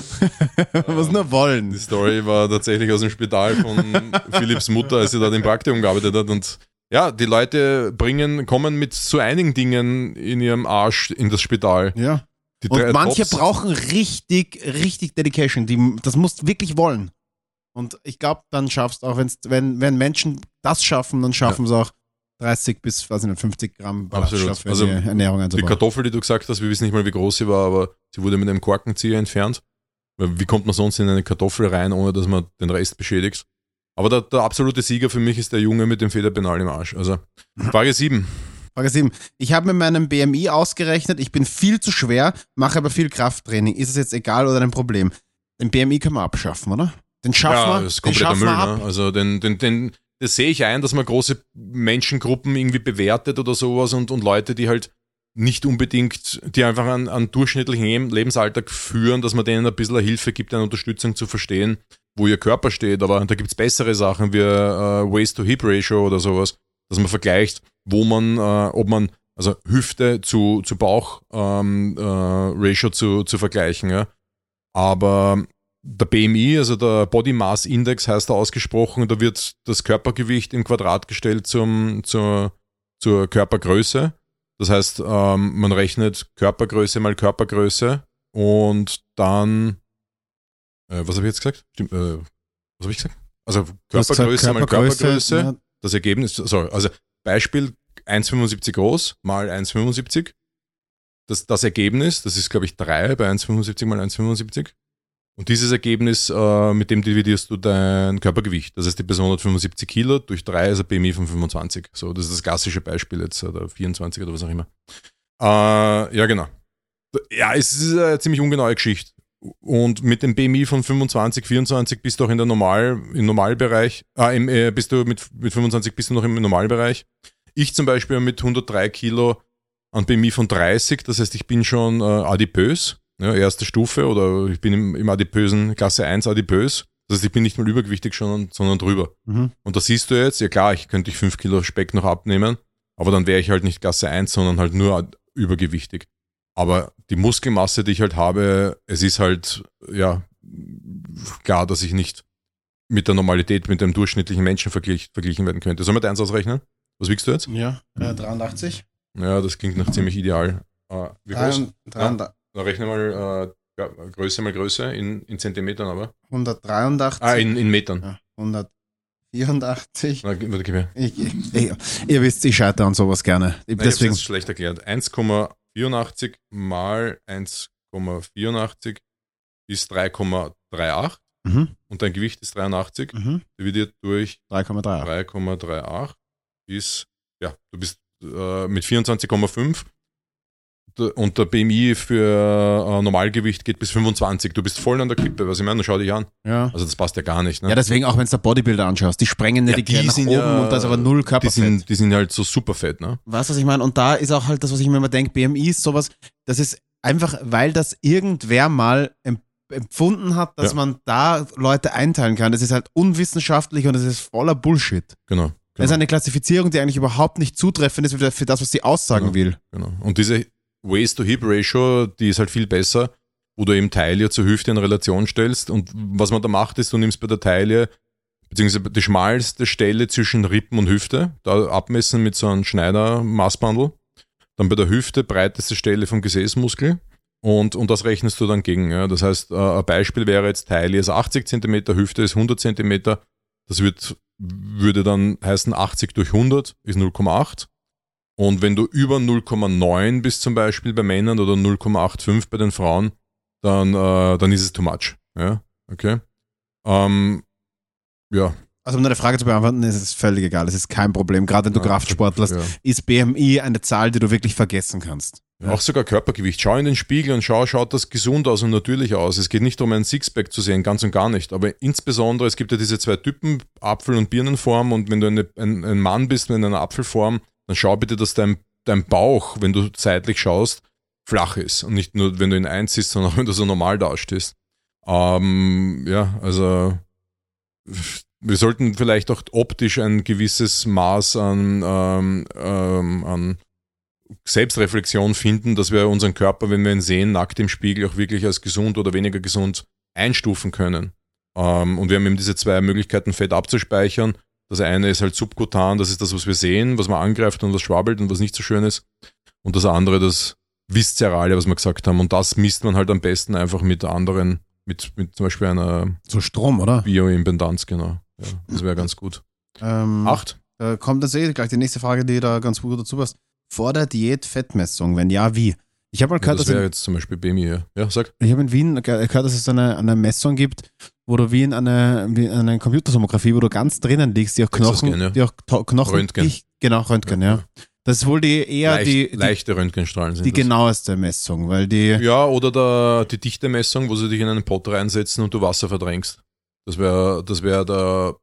Was nur Die wollen. Story war tatsächlich aus dem Spital von Philipps Mutter, als sie da im Praktikum gearbeitet hat. Und ja, die Leute bringen, kommen mit so einigen Dingen in ihrem Arsch in das Spital. Ja. Die Und drei manche Drops- brauchen richtig, richtig Dedication. Die, das musst wirklich wollen. Und ich glaube, dann schaffst auch, wenn's, wenn, wenn Menschen das schaffen, dann schaffen sie auch dreißig bis, weiß ich nicht, fünfzig Gramm Absolut. Ballaststoffe Also in die Ernährung Die einzubauen. Kartoffel, die du gesagt hast, wir wissen nicht mal, wie groß sie war, aber sie wurde mit einem Korkenzieher entfernt. Weil Wie kommt man sonst in eine Kartoffel rein, ohne dass man den Rest beschädigt? Aber der, der absolute Sieger für mich ist der Junge mit dem Federpenal im Arsch. Also Frage sieben. Frage sieben. Ich habe mit meinem B M I ausgerechnet, ich bin viel zu schwer, mache aber viel Krafttraining. Ist es jetzt egal oder ein Problem? Den B M I können wir abschaffen, oder? Den schaffen Ja, wir. das ist Den kompletter schaffen Müll. wir ab. Ne? Also den, den, den, das sehe ich ein, dass man große Menschengruppen irgendwie bewertet oder sowas und, und Leute, die halt nicht unbedingt, die einfach einen, einen durchschnittlichen Leben- Lebensalltag führen, dass man denen ein bisschen Hilfe gibt, eine Unterstützung zu verstehen, wo ihr Körper steht. Aber da gibt es bessere Sachen wie äh, Waist-to-Hip-Ratio oder sowas, dass man vergleicht, wo man, äh, ob man, also Hüfte zu, zu Bauch-Ratio ähm, äh, zu, zu vergleichen. Ja. Aber der B M I, also der Body Mass Index heißt er ausgesprochen, da wird das Körpergewicht im Quadrat gestellt zum, zur, zur Körpergröße. Das heißt, ähm, man rechnet Körpergröße mal Körpergröße und dann, äh, was habe ich jetzt gesagt? Stimmt, äh, was habe ich gesagt? Also Du hast Körpergröße gesagt, mal Körpergröße, ja, das Ergebnis, sorry, also Beispiel eins Komma fünfundsiebzig groß mal eins Komma fünfundsiebzig. Das, das Ergebnis, das ist glaube ich drei bei eins Komma fünfundsiebzig mal eins Komma fünfundsiebzig. Und dieses Ergebnis, äh, mit dem dividierst du dein Körpergewicht. Das heißt, die Person hat fünfundsiebzig Kilo, durch drei ist ein B M I von fünfundzwanzig. So, das ist das klassische Beispiel jetzt, oder vierundzwanzig oder was auch immer. Äh, ja, genau. Ja, es ist eine ziemlich ungenaue Geschichte. Und mit dem B M I von fünfundzwanzig, vierundzwanzig bist du auch in der Normal, im Normalbereich, äh, im, äh, bist du mit, mit fünfundzwanzig bist du noch im Normalbereich. Ich zum Beispiel mit hundertdrei Kilo an B M I von dreißig, das heißt, ich bin schon äh, adipös. Ja, erste Stufe oder ich bin im, im adipösen Klasse eins adipös. Das heißt, ich bin nicht mal übergewichtig, schon, sondern drüber. Mhm. Und da siehst du jetzt, ja klar, ich könnte ich fünf Kilo Speck noch abnehmen, aber dann wäre ich halt nicht Klasse eins, sondern halt nur übergewichtig. Aber die Muskelmasse, die ich halt habe, es ist halt, ja, klar, dass ich nicht mit der Normalität, mit dem durchschnittlichen Menschen verglich, verglichen werden könnte. Sollen wir eins ausrechnen? Was wiegst du jetzt? Ja, äh, dreiundachtzig. Ja, das klingt nach ziemlich ideal. Äh, wie groß? dreiundachtzig. Na, rechne mal äh, Größe mal Größe in, in Zentimetern, aber. hundertdreiundachtzig. Ah, in, in Metern. Ja, hundertvierundachtzig. Na, warte, gib her. Ich, ich, ich, ihr wisst, ich scheitere an sowas gerne. Ich, Nein, deswegen. ich hab's schlecht erklärt. eins Komma vierundachtzig mal eins Komma vierundachtzig ist drei Komma achtunddreißig Mhm, und dein Gewicht ist dreiundachtzig. mhm. Dividiert durch drei Komma drei. drei Komma achtunddreißig ist, ja, du bist äh, mit vierundzwanzig Komma fünf und der B M I für äh, Normalgewicht geht bis fünfundzwanzig. Du bist voll an der Kippe, was ich meine, schau dich an. Ja. Also das passt ja gar nicht. Ne? Ja, deswegen auch, wenn du Bodybuilder anschaust, die sprengen ja, Ja, die, die die nach sind oben ja- und da ist aber null die, Körperfett. sind, die sind halt so super fett, ne? Weißt du, was ich meine? Und da ist auch halt das, was ich mir immer denke, B M I ist sowas, das ist einfach, weil das irgendwer mal em- empfunden hat, dass Ja. man da Leute einteilen kann. Das ist halt unwissenschaftlich und das ist voller Bullshit. Genau. Das genau. ist eine Klassifizierung, die eigentlich überhaupt nicht zutreffend ist für für das, was sie aussagen Genau. will. Genau. Und diese Waist-to-Hip-Ratio, die ist halt viel besser, wo du eben Taille zur Hüfte in Relation stellst. Und was man da macht, ist, du nimmst bei der Taille, beziehungsweise die schmalste Stelle zwischen Rippen und Hüfte, da abmessen mit so einem Schneider-Maßbandel. Dann bei der Hüfte breiteste Stelle vom Gesäßmuskel. Und, und das rechnest du dann gegen. Ja. Das heißt, äh, ein Beispiel wäre jetzt, Taille ist achtzig Zentimeter, Hüfte ist hundert Zentimeter. Das wird, würde dann heißen, achtzig durch hundert ist null Komma acht. Und wenn du über null Komma neun bist zum Beispiel bei Männern oder null Komma fünfundachtzig bei den Frauen, dann, äh, dann ist es too much. Ja, okay. Ähm, ja, Also um deine Frage zu beantworten, ist es völlig egal. Es ist kein Problem. Gerade wenn du Ja, Kraftsportler hast, ja. ist B M I eine Zahl, die du wirklich vergessen kannst. Auch sogar Körpergewicht. Schau in den Spiegel und schau, schaut das gesund aus und natürlich aus. Es geht nicht darum, ein Sixpack zu sehen, ganz und gar nicht. Aber insbesondere, es gibt ja diese zwei Typen, Apfel- und Birnenform. Und wenn du eine, ein, ein Mann bist mit einer Apfelform, dann schau bitte, dass dein, dein Bauch, wenn du seitlich schaust, flach ist. Und nicht nur, wenn du in eins siehst, sondern auch, wenn du so normal dastehst. Ähm, ja, also wir sollten vielleicht auch optisch ein gewisses Maß an, ähm, ähm, an Selbstreflexion finden, dass wir unseren Körper, wenn wir ihn sehen, nackt im Spiegel auch wirklich als gesund oder weniger gesund einstufen können. Ähm, und wir haben eben diese zwei Möglichkeiten, Fett abzuspeichern. Das eine ist halt subkutan, das ist das, was wir sehen, was man angreift und was schwabbelt und was nicht so schön ist. Und das andere, das Viszerale, was wir gesagt haben. Und das misst man halt am besten einfach mit anderen, mit, mit zum Beispiel einer So Strom, oder? Bioimpedanz, genau. Ja, das wäre ganz gut. Ähm, Acht? Da kommt jetzt eh gleich die nächste Frage, die da ganz gut dazu passt. Vor der Diät Fettmessung, wenn ja, wie? Ich habe mal Ja, gehört, das dass wäre in, jetzt zum Beispiel B M I. Ja, ja sag. ich habe in Wien ge- gehört, dass es eine, eine Messung gibt, wo du wie in eine, wie in eine Computertomographie, wo du ganz drinnen liegst, die auch Knochen, Exoscan, ja. die auch to- Knochen, Röntgen. dich- genau, Röntgen, ja. Das ist wohl die eher Leicht, die, die, leichte Röntgenstrahlen sind die das. genaueste Messung, weil die, Ja, oder der, die Dichtemessung, wo sie dich in einen Pott reinsetzen und du Wasser verdrängst. Das wäre das wär der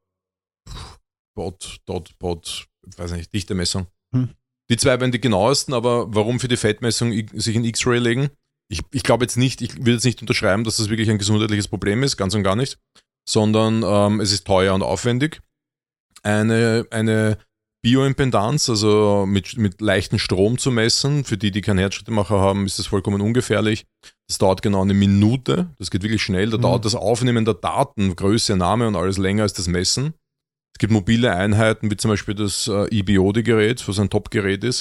Pot, Dot, Pot, ich weiß nicht, Dichtemessung. Hm. Die zwei wären die genauesten, aber warum für die Fettmessung i- sich in X-Ray legen? Ich, ich glaube jetzt nicht, ich will jetzt nicht unterschreiben, dass das wirklich ein gesundheitliches Problem ist, ganz und gar nicht, sondern ähm, es ist teuer und aufwendig. Eine, eine Bioimpedanz, also mit, mit leichten Strom zu messen, für die, die keinen Herzschrittmacher haben, ist das vollkommen ungefährlich. Das dauert genau eine Minute, das geht wirklich schnell, da Mhm. dauert das Aufnehmen der Daten, Größe, Name und alles länger als das Messen. Es gibt mobile Einheiten, wie zum Beispiel das äh, I B O D-Gerät, was ein Top-Gerät ist,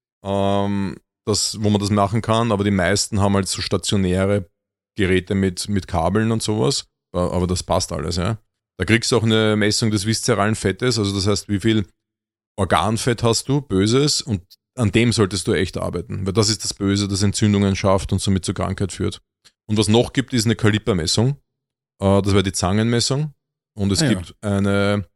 ähm, das, wo man das machen kann, aber die meisten haben halt so stationäre Geräte mit, mit Kabeln und sowas, äh, aber das passt alles, ja. Da kriegst du auch eine Messung des viszeralen Fettes, also das heißt, wie viel Organfett hast du, Böses, und an dem solltest du echt arbeiten, weil das ist das Böse, das Entzündungen schafft und somit zur Krankheit führt. Und was noch gibt, ist eine Kalipermessung, äh, das wäre die Zangenmessung, und es Ah, ja. gibt eine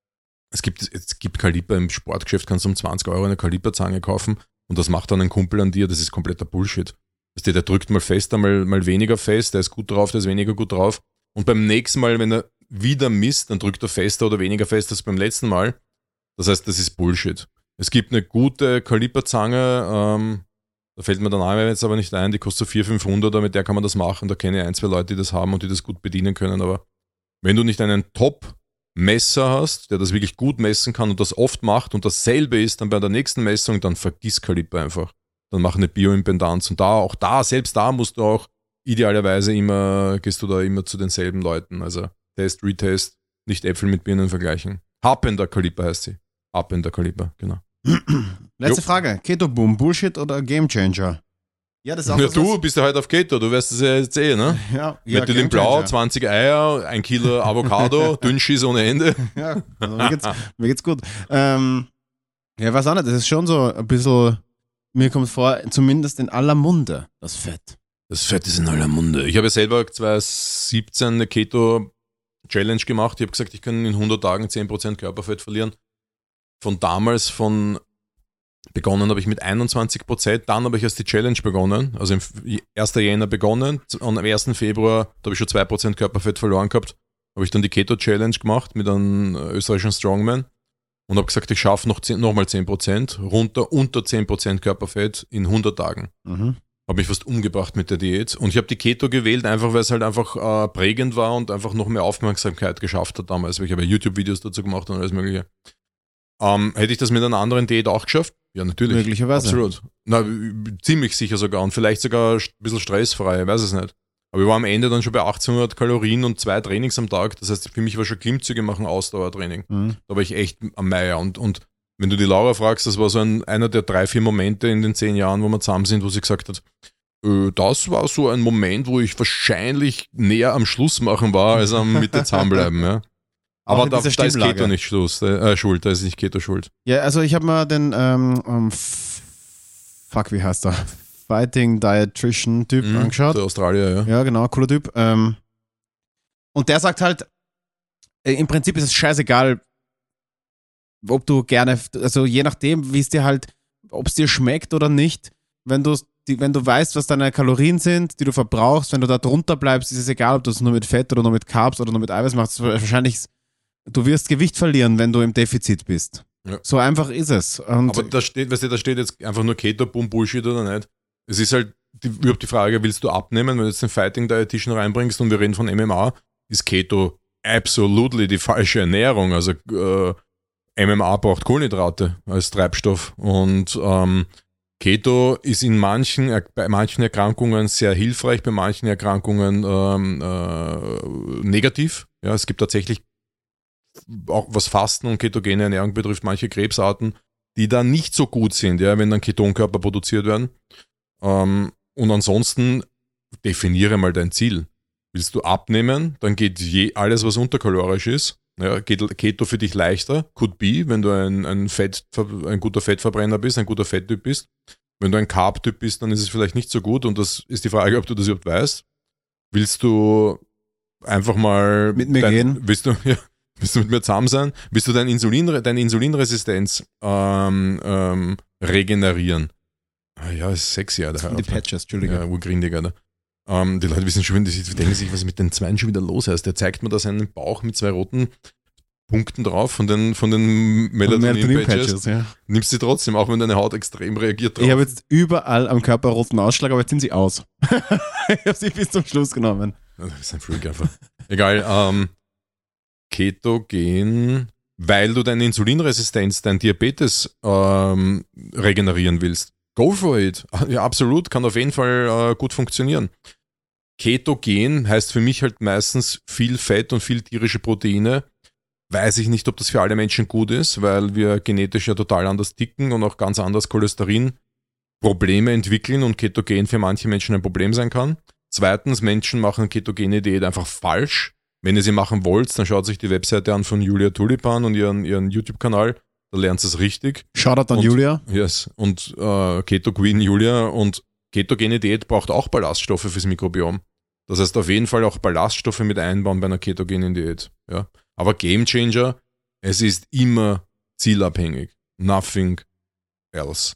Es gibt, es gibt Kaliper im Sportgeschäft, kannst du um zwanzig Euro eine Kaliperzange kaufen und das macht dann ein Kumpel an dir, das ist kompletter Bullshit. Weißt du, der drückt mal fester, mal, mal weniger fest, der ist gut drauf, der ist weniger gut drauf. Und beim nächsten Mal, wenn er wieder misst, dann drückt er fester oder weniger fest als beim letzten Mal. Das heißt, das ist Bullshit. Es gibt eine gute Kaliperzange, ähm, da fällt mir der Name jetzt aber nicht ein, die kostet so vierhundert, fünfhundert, mit der kann man das machen. Da kenne ich ein, zwei Leute, die das haben und die das gut bedienen können. Aber wenn du nicht einen Top Messer hast, der das wirklich gut messen kann und das oft macht und dasselbe ist dann bei der nächsten Messung, dann vergiss Kaliper einfach. Dann mach eine Bioimpedanz und da, auch da, selbst da musst du auch idealerweise immer, gehst du da immer zu denselben Leuten. Also Test, Retest, nicht Äpfel mit Birnen vergleichen. Harpender Kaliper heißt sie. Harpender Kaliper, genau. letzte Jo. Frage, Keto Boom, Bullshit oder Gamechanger? Ja, das ist auch Ja, das, du bist ja heute auf Keto, du wirst es ja jetzt eh, ne? was- ja, ja, Methylen Blau, Gamechanger. zwanzig Eier, ein Kilo Avocado, Dünnschiss ohne Ende. Ja, also mir, geht's, mir geht's gut. Ähm, ja, ich weiß auch nicht, das ist schon so ein bisschen, mir kommt vor, zumindest in aller Munde, das Fett. Das Fett ist in aller Munde. Ich habe ja selber zwanzig siebzehn eine Keto-Challenge gemacht. Ich habe gesagt, ich kann in hundert Tagen zehn Prozent Körperfett verlieren. Von damals, von begonnen habe ich mit einundzwanzig Prozent, dann habe ich erst die Challenge begonnen, also im ersten Jänner begonnen und am ersten Februar, da habe ich schon zwei Prozent Körperfett verloren gehabt, habe ich dann die Keto-Challenge gemacht mit einem österreichischen Strongman und habe gesagt, ich schaffe noch, zehn, noch mal zehn Prozent, runter unter zehn Prozent Körperfett in hundert Tagen. Mhm. Habe mich fast umgebracht mit der Diät. Und ich habe die Keto gewählt, einfach weil es halt einfach äh, prägend war und einfach noch mehr Aufmerksamkeit geschafft hat damals. Ich habe ja YouTube-Videos dazu gemacht und alles mögliche. Ähm, hätte ich das mit einer anderen Diät auch geschafft? Ja, natürlich. Möglicherweise. Absolut. Na, ziemlich sicher sogar. Und vielleicht sogar ein bisschen stressfrei, ich weiß es nicht. Aber ich war am Ende dann schon bei achtzehnhundert Kalorien und zwei Trainings am Tag. Das heißt, für mich war schon Klimmzüge machen Ausdauertraining. Mhm. Da war ich echt am Meier. Und, und wenn du die Laura fragst, das war so ein, einer der drei, vier Momente in den zehn Jahren, wo wir zusammen sind, wo sie gesagt hat, äh, das war so ein Moment, wo ich wahrscheinlich näher am Schluss machen war, als am Mitte zusammenbleiben. Ja. Auch Aber in da, dieser da ist Stimmlage. Keto nicht Schluss, äh, schuld, da ist nicht Keto schuld. Ja, also ich habe mal den, ähm, ähm, f- fuck, wie heißt der? Fighting Dietitian Typ Mhm, angeschaut. Der Australier, ja. Ja, genau, cooler Typ. Ähm, und der sagt halt, äh, im Prinzip ist es scheißegal, ob du gerne, also je nachdem, wie es dir halt, ob es dir schmeckt oder nicht, wenn du die, wenn du weißt, was deine Kalorien sind, die du verbrauchst, wenn du da drunter bleibst, ist es egal, ob du es nur mit Fett oder nur mit Carbs oder nur mit Eiweiß machst. Wahrscheinlich, du wirst Gewicht verlieren, wenn du im Defizit bist. Ja. So einfach ist es. Und Aber da steht, weißt du, da steht jetzt einfach nur Keto, Boom, Bullshit oder nicht. Es ist halt die, überhaupt die Frage, willst du abnehmen, wenn du jetzt den Fighting Dietitian reinbringst und wir reden von M M A, ist Keto absolutely die falsche Ernährung. Also äh, M M A braucht Kohlenhydrate als Treibstoff und ähm, Keto ist in manchen, bei manchen Erkrankungen sehr hilfreich, bei manchen Erkrankungen ähm, äh, negativ. Ja, es gibt tatsächlich, auch was Fasten und ketogene Ernährung betrifft, manche Krebsarten, die da nicht so gut sind, ja, wenn dann Ketonkörper produziert werden. Ähm, und ansonsten definiere mal dein Ziel. Willst du abnehmen, dann geht je, alles, was unterkalorisch ist, ja, geht Keto für dich leichter, could be, wenn du ein, ein, Fett, ein guter Fettverbrenner bist, ein guter Fetttyp bist. Wenn du ein Carb-Typ bist, dann ist es vielleicht nicht so gut und das ist die Frage, ob du das überhaupt weißt. Willst du einfach mal mit mir dein, gehen? Willst du, ja, willst du mit mir zusammen sein? Willst du dein Insulin, deine Insulinresistenz ähm, ähm, regenerieren? Ah, ja, ist sexy, Alter. Die Patches, Entschuldigung. Ja, urgrindig, Alter. Um, die Leute wissen schon, die denken sich, was ist mit den Zweien schon wieder los ist. Der zeigt mir da seinen Bauch mit zwei roten Punkten drauf von den, von den Melatonin-Patches. Ja. Nimmst sie trotzdem, auch wenn deine Haut extrem reagiert drauf. Ich habe jetzt überall am Körper roten Ausschlag, aber jetzt sind sie aus. Ich habe sie bis zum Schluss genommen. Das ist ein Freak einfach. Egal, ähm, Ketogen, weil du deine Insulinresistenz, dein Diabetes ähm, regenerieren willst. Go for it. Ja, absolut, kann auf jeden Fall äh, gut funktionieren. Ketogen heißt für mich halt meistens viel Fett und viel tierische Proteine. Weiß ich nicht, ob das für alle Menschen gut ist, weil wir genetisch ja total anders ticken und auch ganz anders Cholesterin-Probleme entwickeln und Ketogen für manche Menschen ein Problem sein kann. Zweitens, Menschen machen ketogene Diät einfach falsch. Wenn ihr sie machen wollt, dann schaut sich die Webseite an von Julia Tulipan und ihren, ihren YouTube-Kanal. Da lernt ihr es richtig. Shoutout an und, Julia. Yes. Und äh, Keto Queen Julia und ketogene Diät braucht auch Ballaststoffe fürs Mikrobiom. Das heißt auf jeden Fall auch Ballaststoffe mit einbauen bei einer ketogenen Diät. Ja. Aber Gamechanger, es ist immer zielabhängig. Nothing else.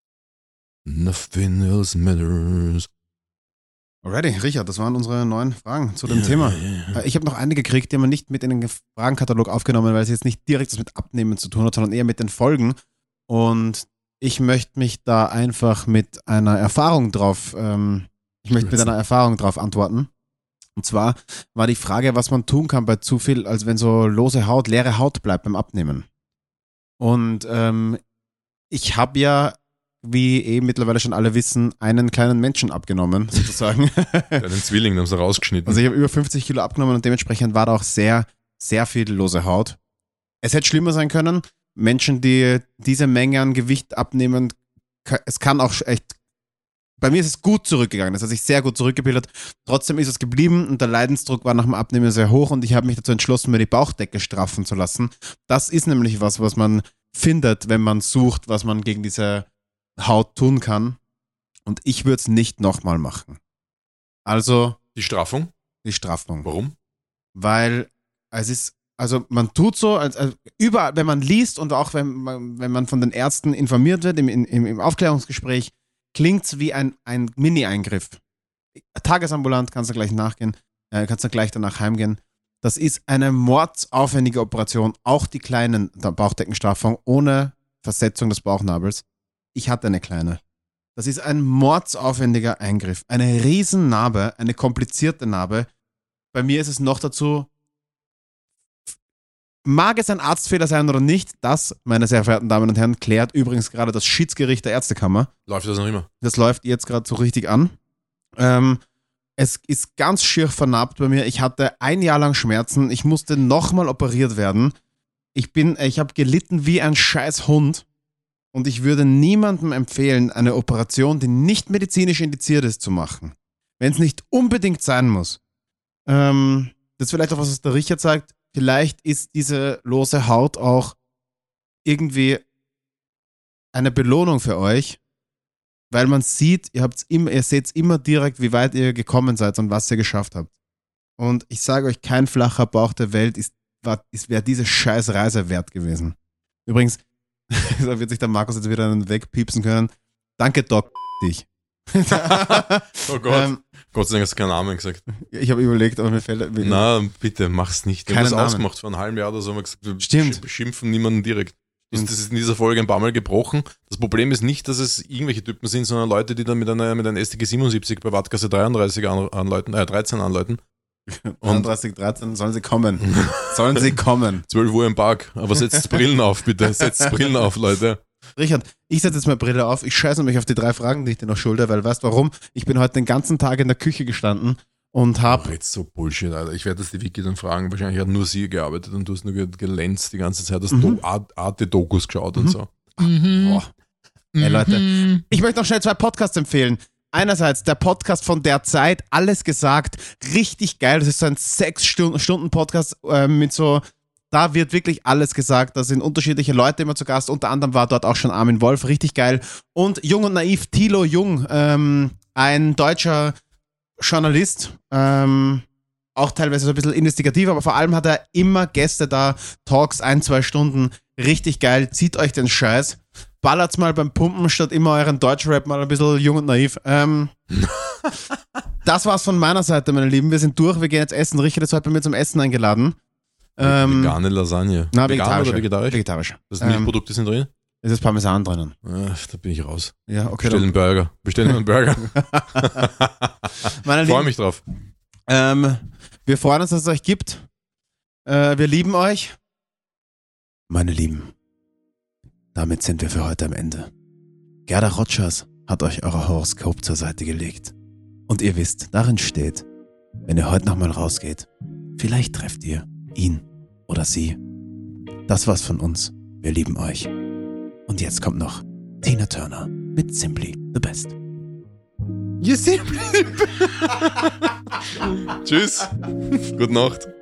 Nothing else matters. Alrighty, Richard, das waren unsere neun Fragen zu dem Ja, Thema. ja, ja. Ich habe noch einige gekriegt, die haben wir nicht mit in den Fragenkatalog aufgenommen, weil es jetzt nicht direkt was mit Abnehmen zu tun hat, sondern eher mit den Folgen. Und ich möchte mich da einfach mit einer Erfahrung drauf, ähm, ich möchte mit einer Erfahrung drauf antworten. Und zwar war die Frage, was man tun kann bei zu viel, also wenn so lose Haut, leere Haut bleibt beim Abnehmen. Und ähm, ich habe ja, wie eh mittlerweile schon alle wissen, einen kleinen Menschen abgenommen, sozusagen. Ja, den Zwilling haben sie rausgeschnitten. Also ich habe über fünfzig Kilo abgenommen und dementsprechend war da auch sehr, sehr viel lose Haut. Es hätte schlimmer sein können. Menschen, die diese Menge an Gewicht abnehmen, es kann auch echt, bei mir ist es gut zurückgegangen, das hat sich sehr gut zurückgebildet. Trotzdem ist es geblieben und der Leidensdruck war nach dem Abnehmen sehr hoch und ich habe mich dazu entschlossen, mir die Bauchdecke straffen zu lassen. Das ist nämlich was, was man findet, wenn man sucht, was man gegen diese Haut tun kann. Und ich würde es nicht nochmal machen. Also Die Straffung? die Straffung. Warum? Weil es ist, also man tut so, als, als überall, wenn man liest und auch wenn man, wenn man von den Ärzten informiert wird, im, im, im Aufklärungsgespräch, klingt es wie ein, ein Mini-Eingriff. Tagesambulant, kannst du gleich nachgehen, äh, kannst du gleich danach heimgehen. Das ist eine mordsaufwendige Operation, auch die kleinen Bauchdeckenstraffung ohne Versetzung des Bauchnabels. Ich hatte eine kleine. Das ist ein mordsaufwendiger Eingriff. Eine Riesennarbe, eine komplizierte Narbe. Bei mir ist es noch dazu, mag es ein Arztfehler sein oder nicht, das, meine sehr verehrten Damen und Herren, klärt übrigens gerade das Schiedsgericht der Ärztekammer. Läuft das noch immer? Das läuft jetzt gerade so richtig an. Ähm, es ist ganz schier vernarbt bei mir. Ich hatte ein Jahr lang Schmerzen. Ich musste nochmal operiert werden. Ich bin, ich habe gelitten wie ein scheiß Hund. Und ich würde niemandem empfehlen, eine Operation, die nicht medizinisch indiziert ist, zu machen. Wenn es nicht unbedingt sein muss. Ähm, das ist vielleicht auch was, was der Richard sagt. Vielleicht ist diese lose Haut auch irgendwie eine Belohnung für euch, weil man sieht, ihr habt's immer, ihr seht immer direkt, wie weit ihr gekommen seid und was ihr geschafft habt. Und ich sage euch, kein flacher Bauch der Welt ist wäre diese scheiß Reise wert gewesen. Übrigens, da wird sich der Markus jetzt wieder einen wegpiepsen können. Danke, Doc, dich. Oh Gott. Ähm, Gott sei Dank hast du keinen Namen gesagt. Ich habe überlegt, aber mir fällt... Na, bitte, mach's nicht. Wir haben Keinen das Namen. ausgemacht vor einem halben Jahr oder so. Haben wir gesagt, wir Stimmt. beschimpfen niemanden direkt. Das, Stimmt. das ist in dieser Folge ein paar Mal gebrochen. Das Problem ist nicht, dass es irgendwelche Typen sind, sondern Leute, die dann mit einer, mit einer S T G siebenundsiebzig bei Wattgasse dreiunddreißig an, anläuten, äh, dreizehn anläuten. dreiunddreißig, dreizehn, sollen sie kommen. Sollen sie kommen. zwölf Uhr im Park. Aber setzt Brillen auf, bitte. Setzt Brillen auf, Leute. Richard, ich setze jetzt mal Brille auf. Ich scheiße mich auf die drei Fragen, die ich dir noch schulde, weil weißt du warum? Ich bin heute den ganzen Tag in der Küche gestanden und Ach, habe... jetzt so Bullshit, Alter. Ich werde das die Wiki dann fragen. Wahrscheinlich hat nur sie gearbeitet und du hast nur gelänzt die ganze Zeit, hast Mhm. Do- Art- Arte-Dokus geschaut und Mhm. so. Boah. Ey Leute, ich möchte noch schnell zwei Podcasts empfehlen. Einerseits der Podcast von der Zeit, alles gesagt, richtig geil. Das ist so ein sechs Stunden Podcast äh, mit so, da wird wirklich alles gesagt. Da sind unterschiedliche Leute immer zu Gast. Unter anderem war dort auch schon Armin Wolf, richtig geil. Und Jung und Naiv, Thilo Jung, ähm, ein deutscher Journalist, ähm, auch teilweise so ein bisschen investigativ, aber vor allem hat er immer Gäste da, Talks, ein, zwei Stunden, richtig geil. Zieht euch den Scheiß. Ballert's mal beim Pumpen statt immer euren Deutschrap mal ein bisschen jung und naiv. Ähm, das war's von meiner Seite, meine Lieben. Wir sind durch, wir gehen jetzt essen. Richard ist heute bei mir zum Essen eingeladen. Ähm, Vegane Lasagne. na, Vegan vegetarisch. oder vegetarisch? Vegetarisch. Das Ähm, Milchprodukte sind drin? es ist Parmesan drinnen. Ah, da bin ich raus. Ja, okay. Bestell einen Burger. Bestell einen Burger. Meine Freue Lieben, mich drauf. ähm, wir freuen uns, dass es euch gibt. Äh, wir lieben euch. Meine Lieben, damit sind wir für heute am Ende. Gerda Rogers hat euch euer Horoskop zur Seite gelegt. Und ihr wisst, darin steht, wenn ihr heute nochmal rausgeht, vielleicht trefft ihr ihn oder sie. Das war's von uns. Wir lieben euch. Und jetzt kommt noch Tina Turner mit Simply the Best. You simply. Tschüss. Gute Nacht.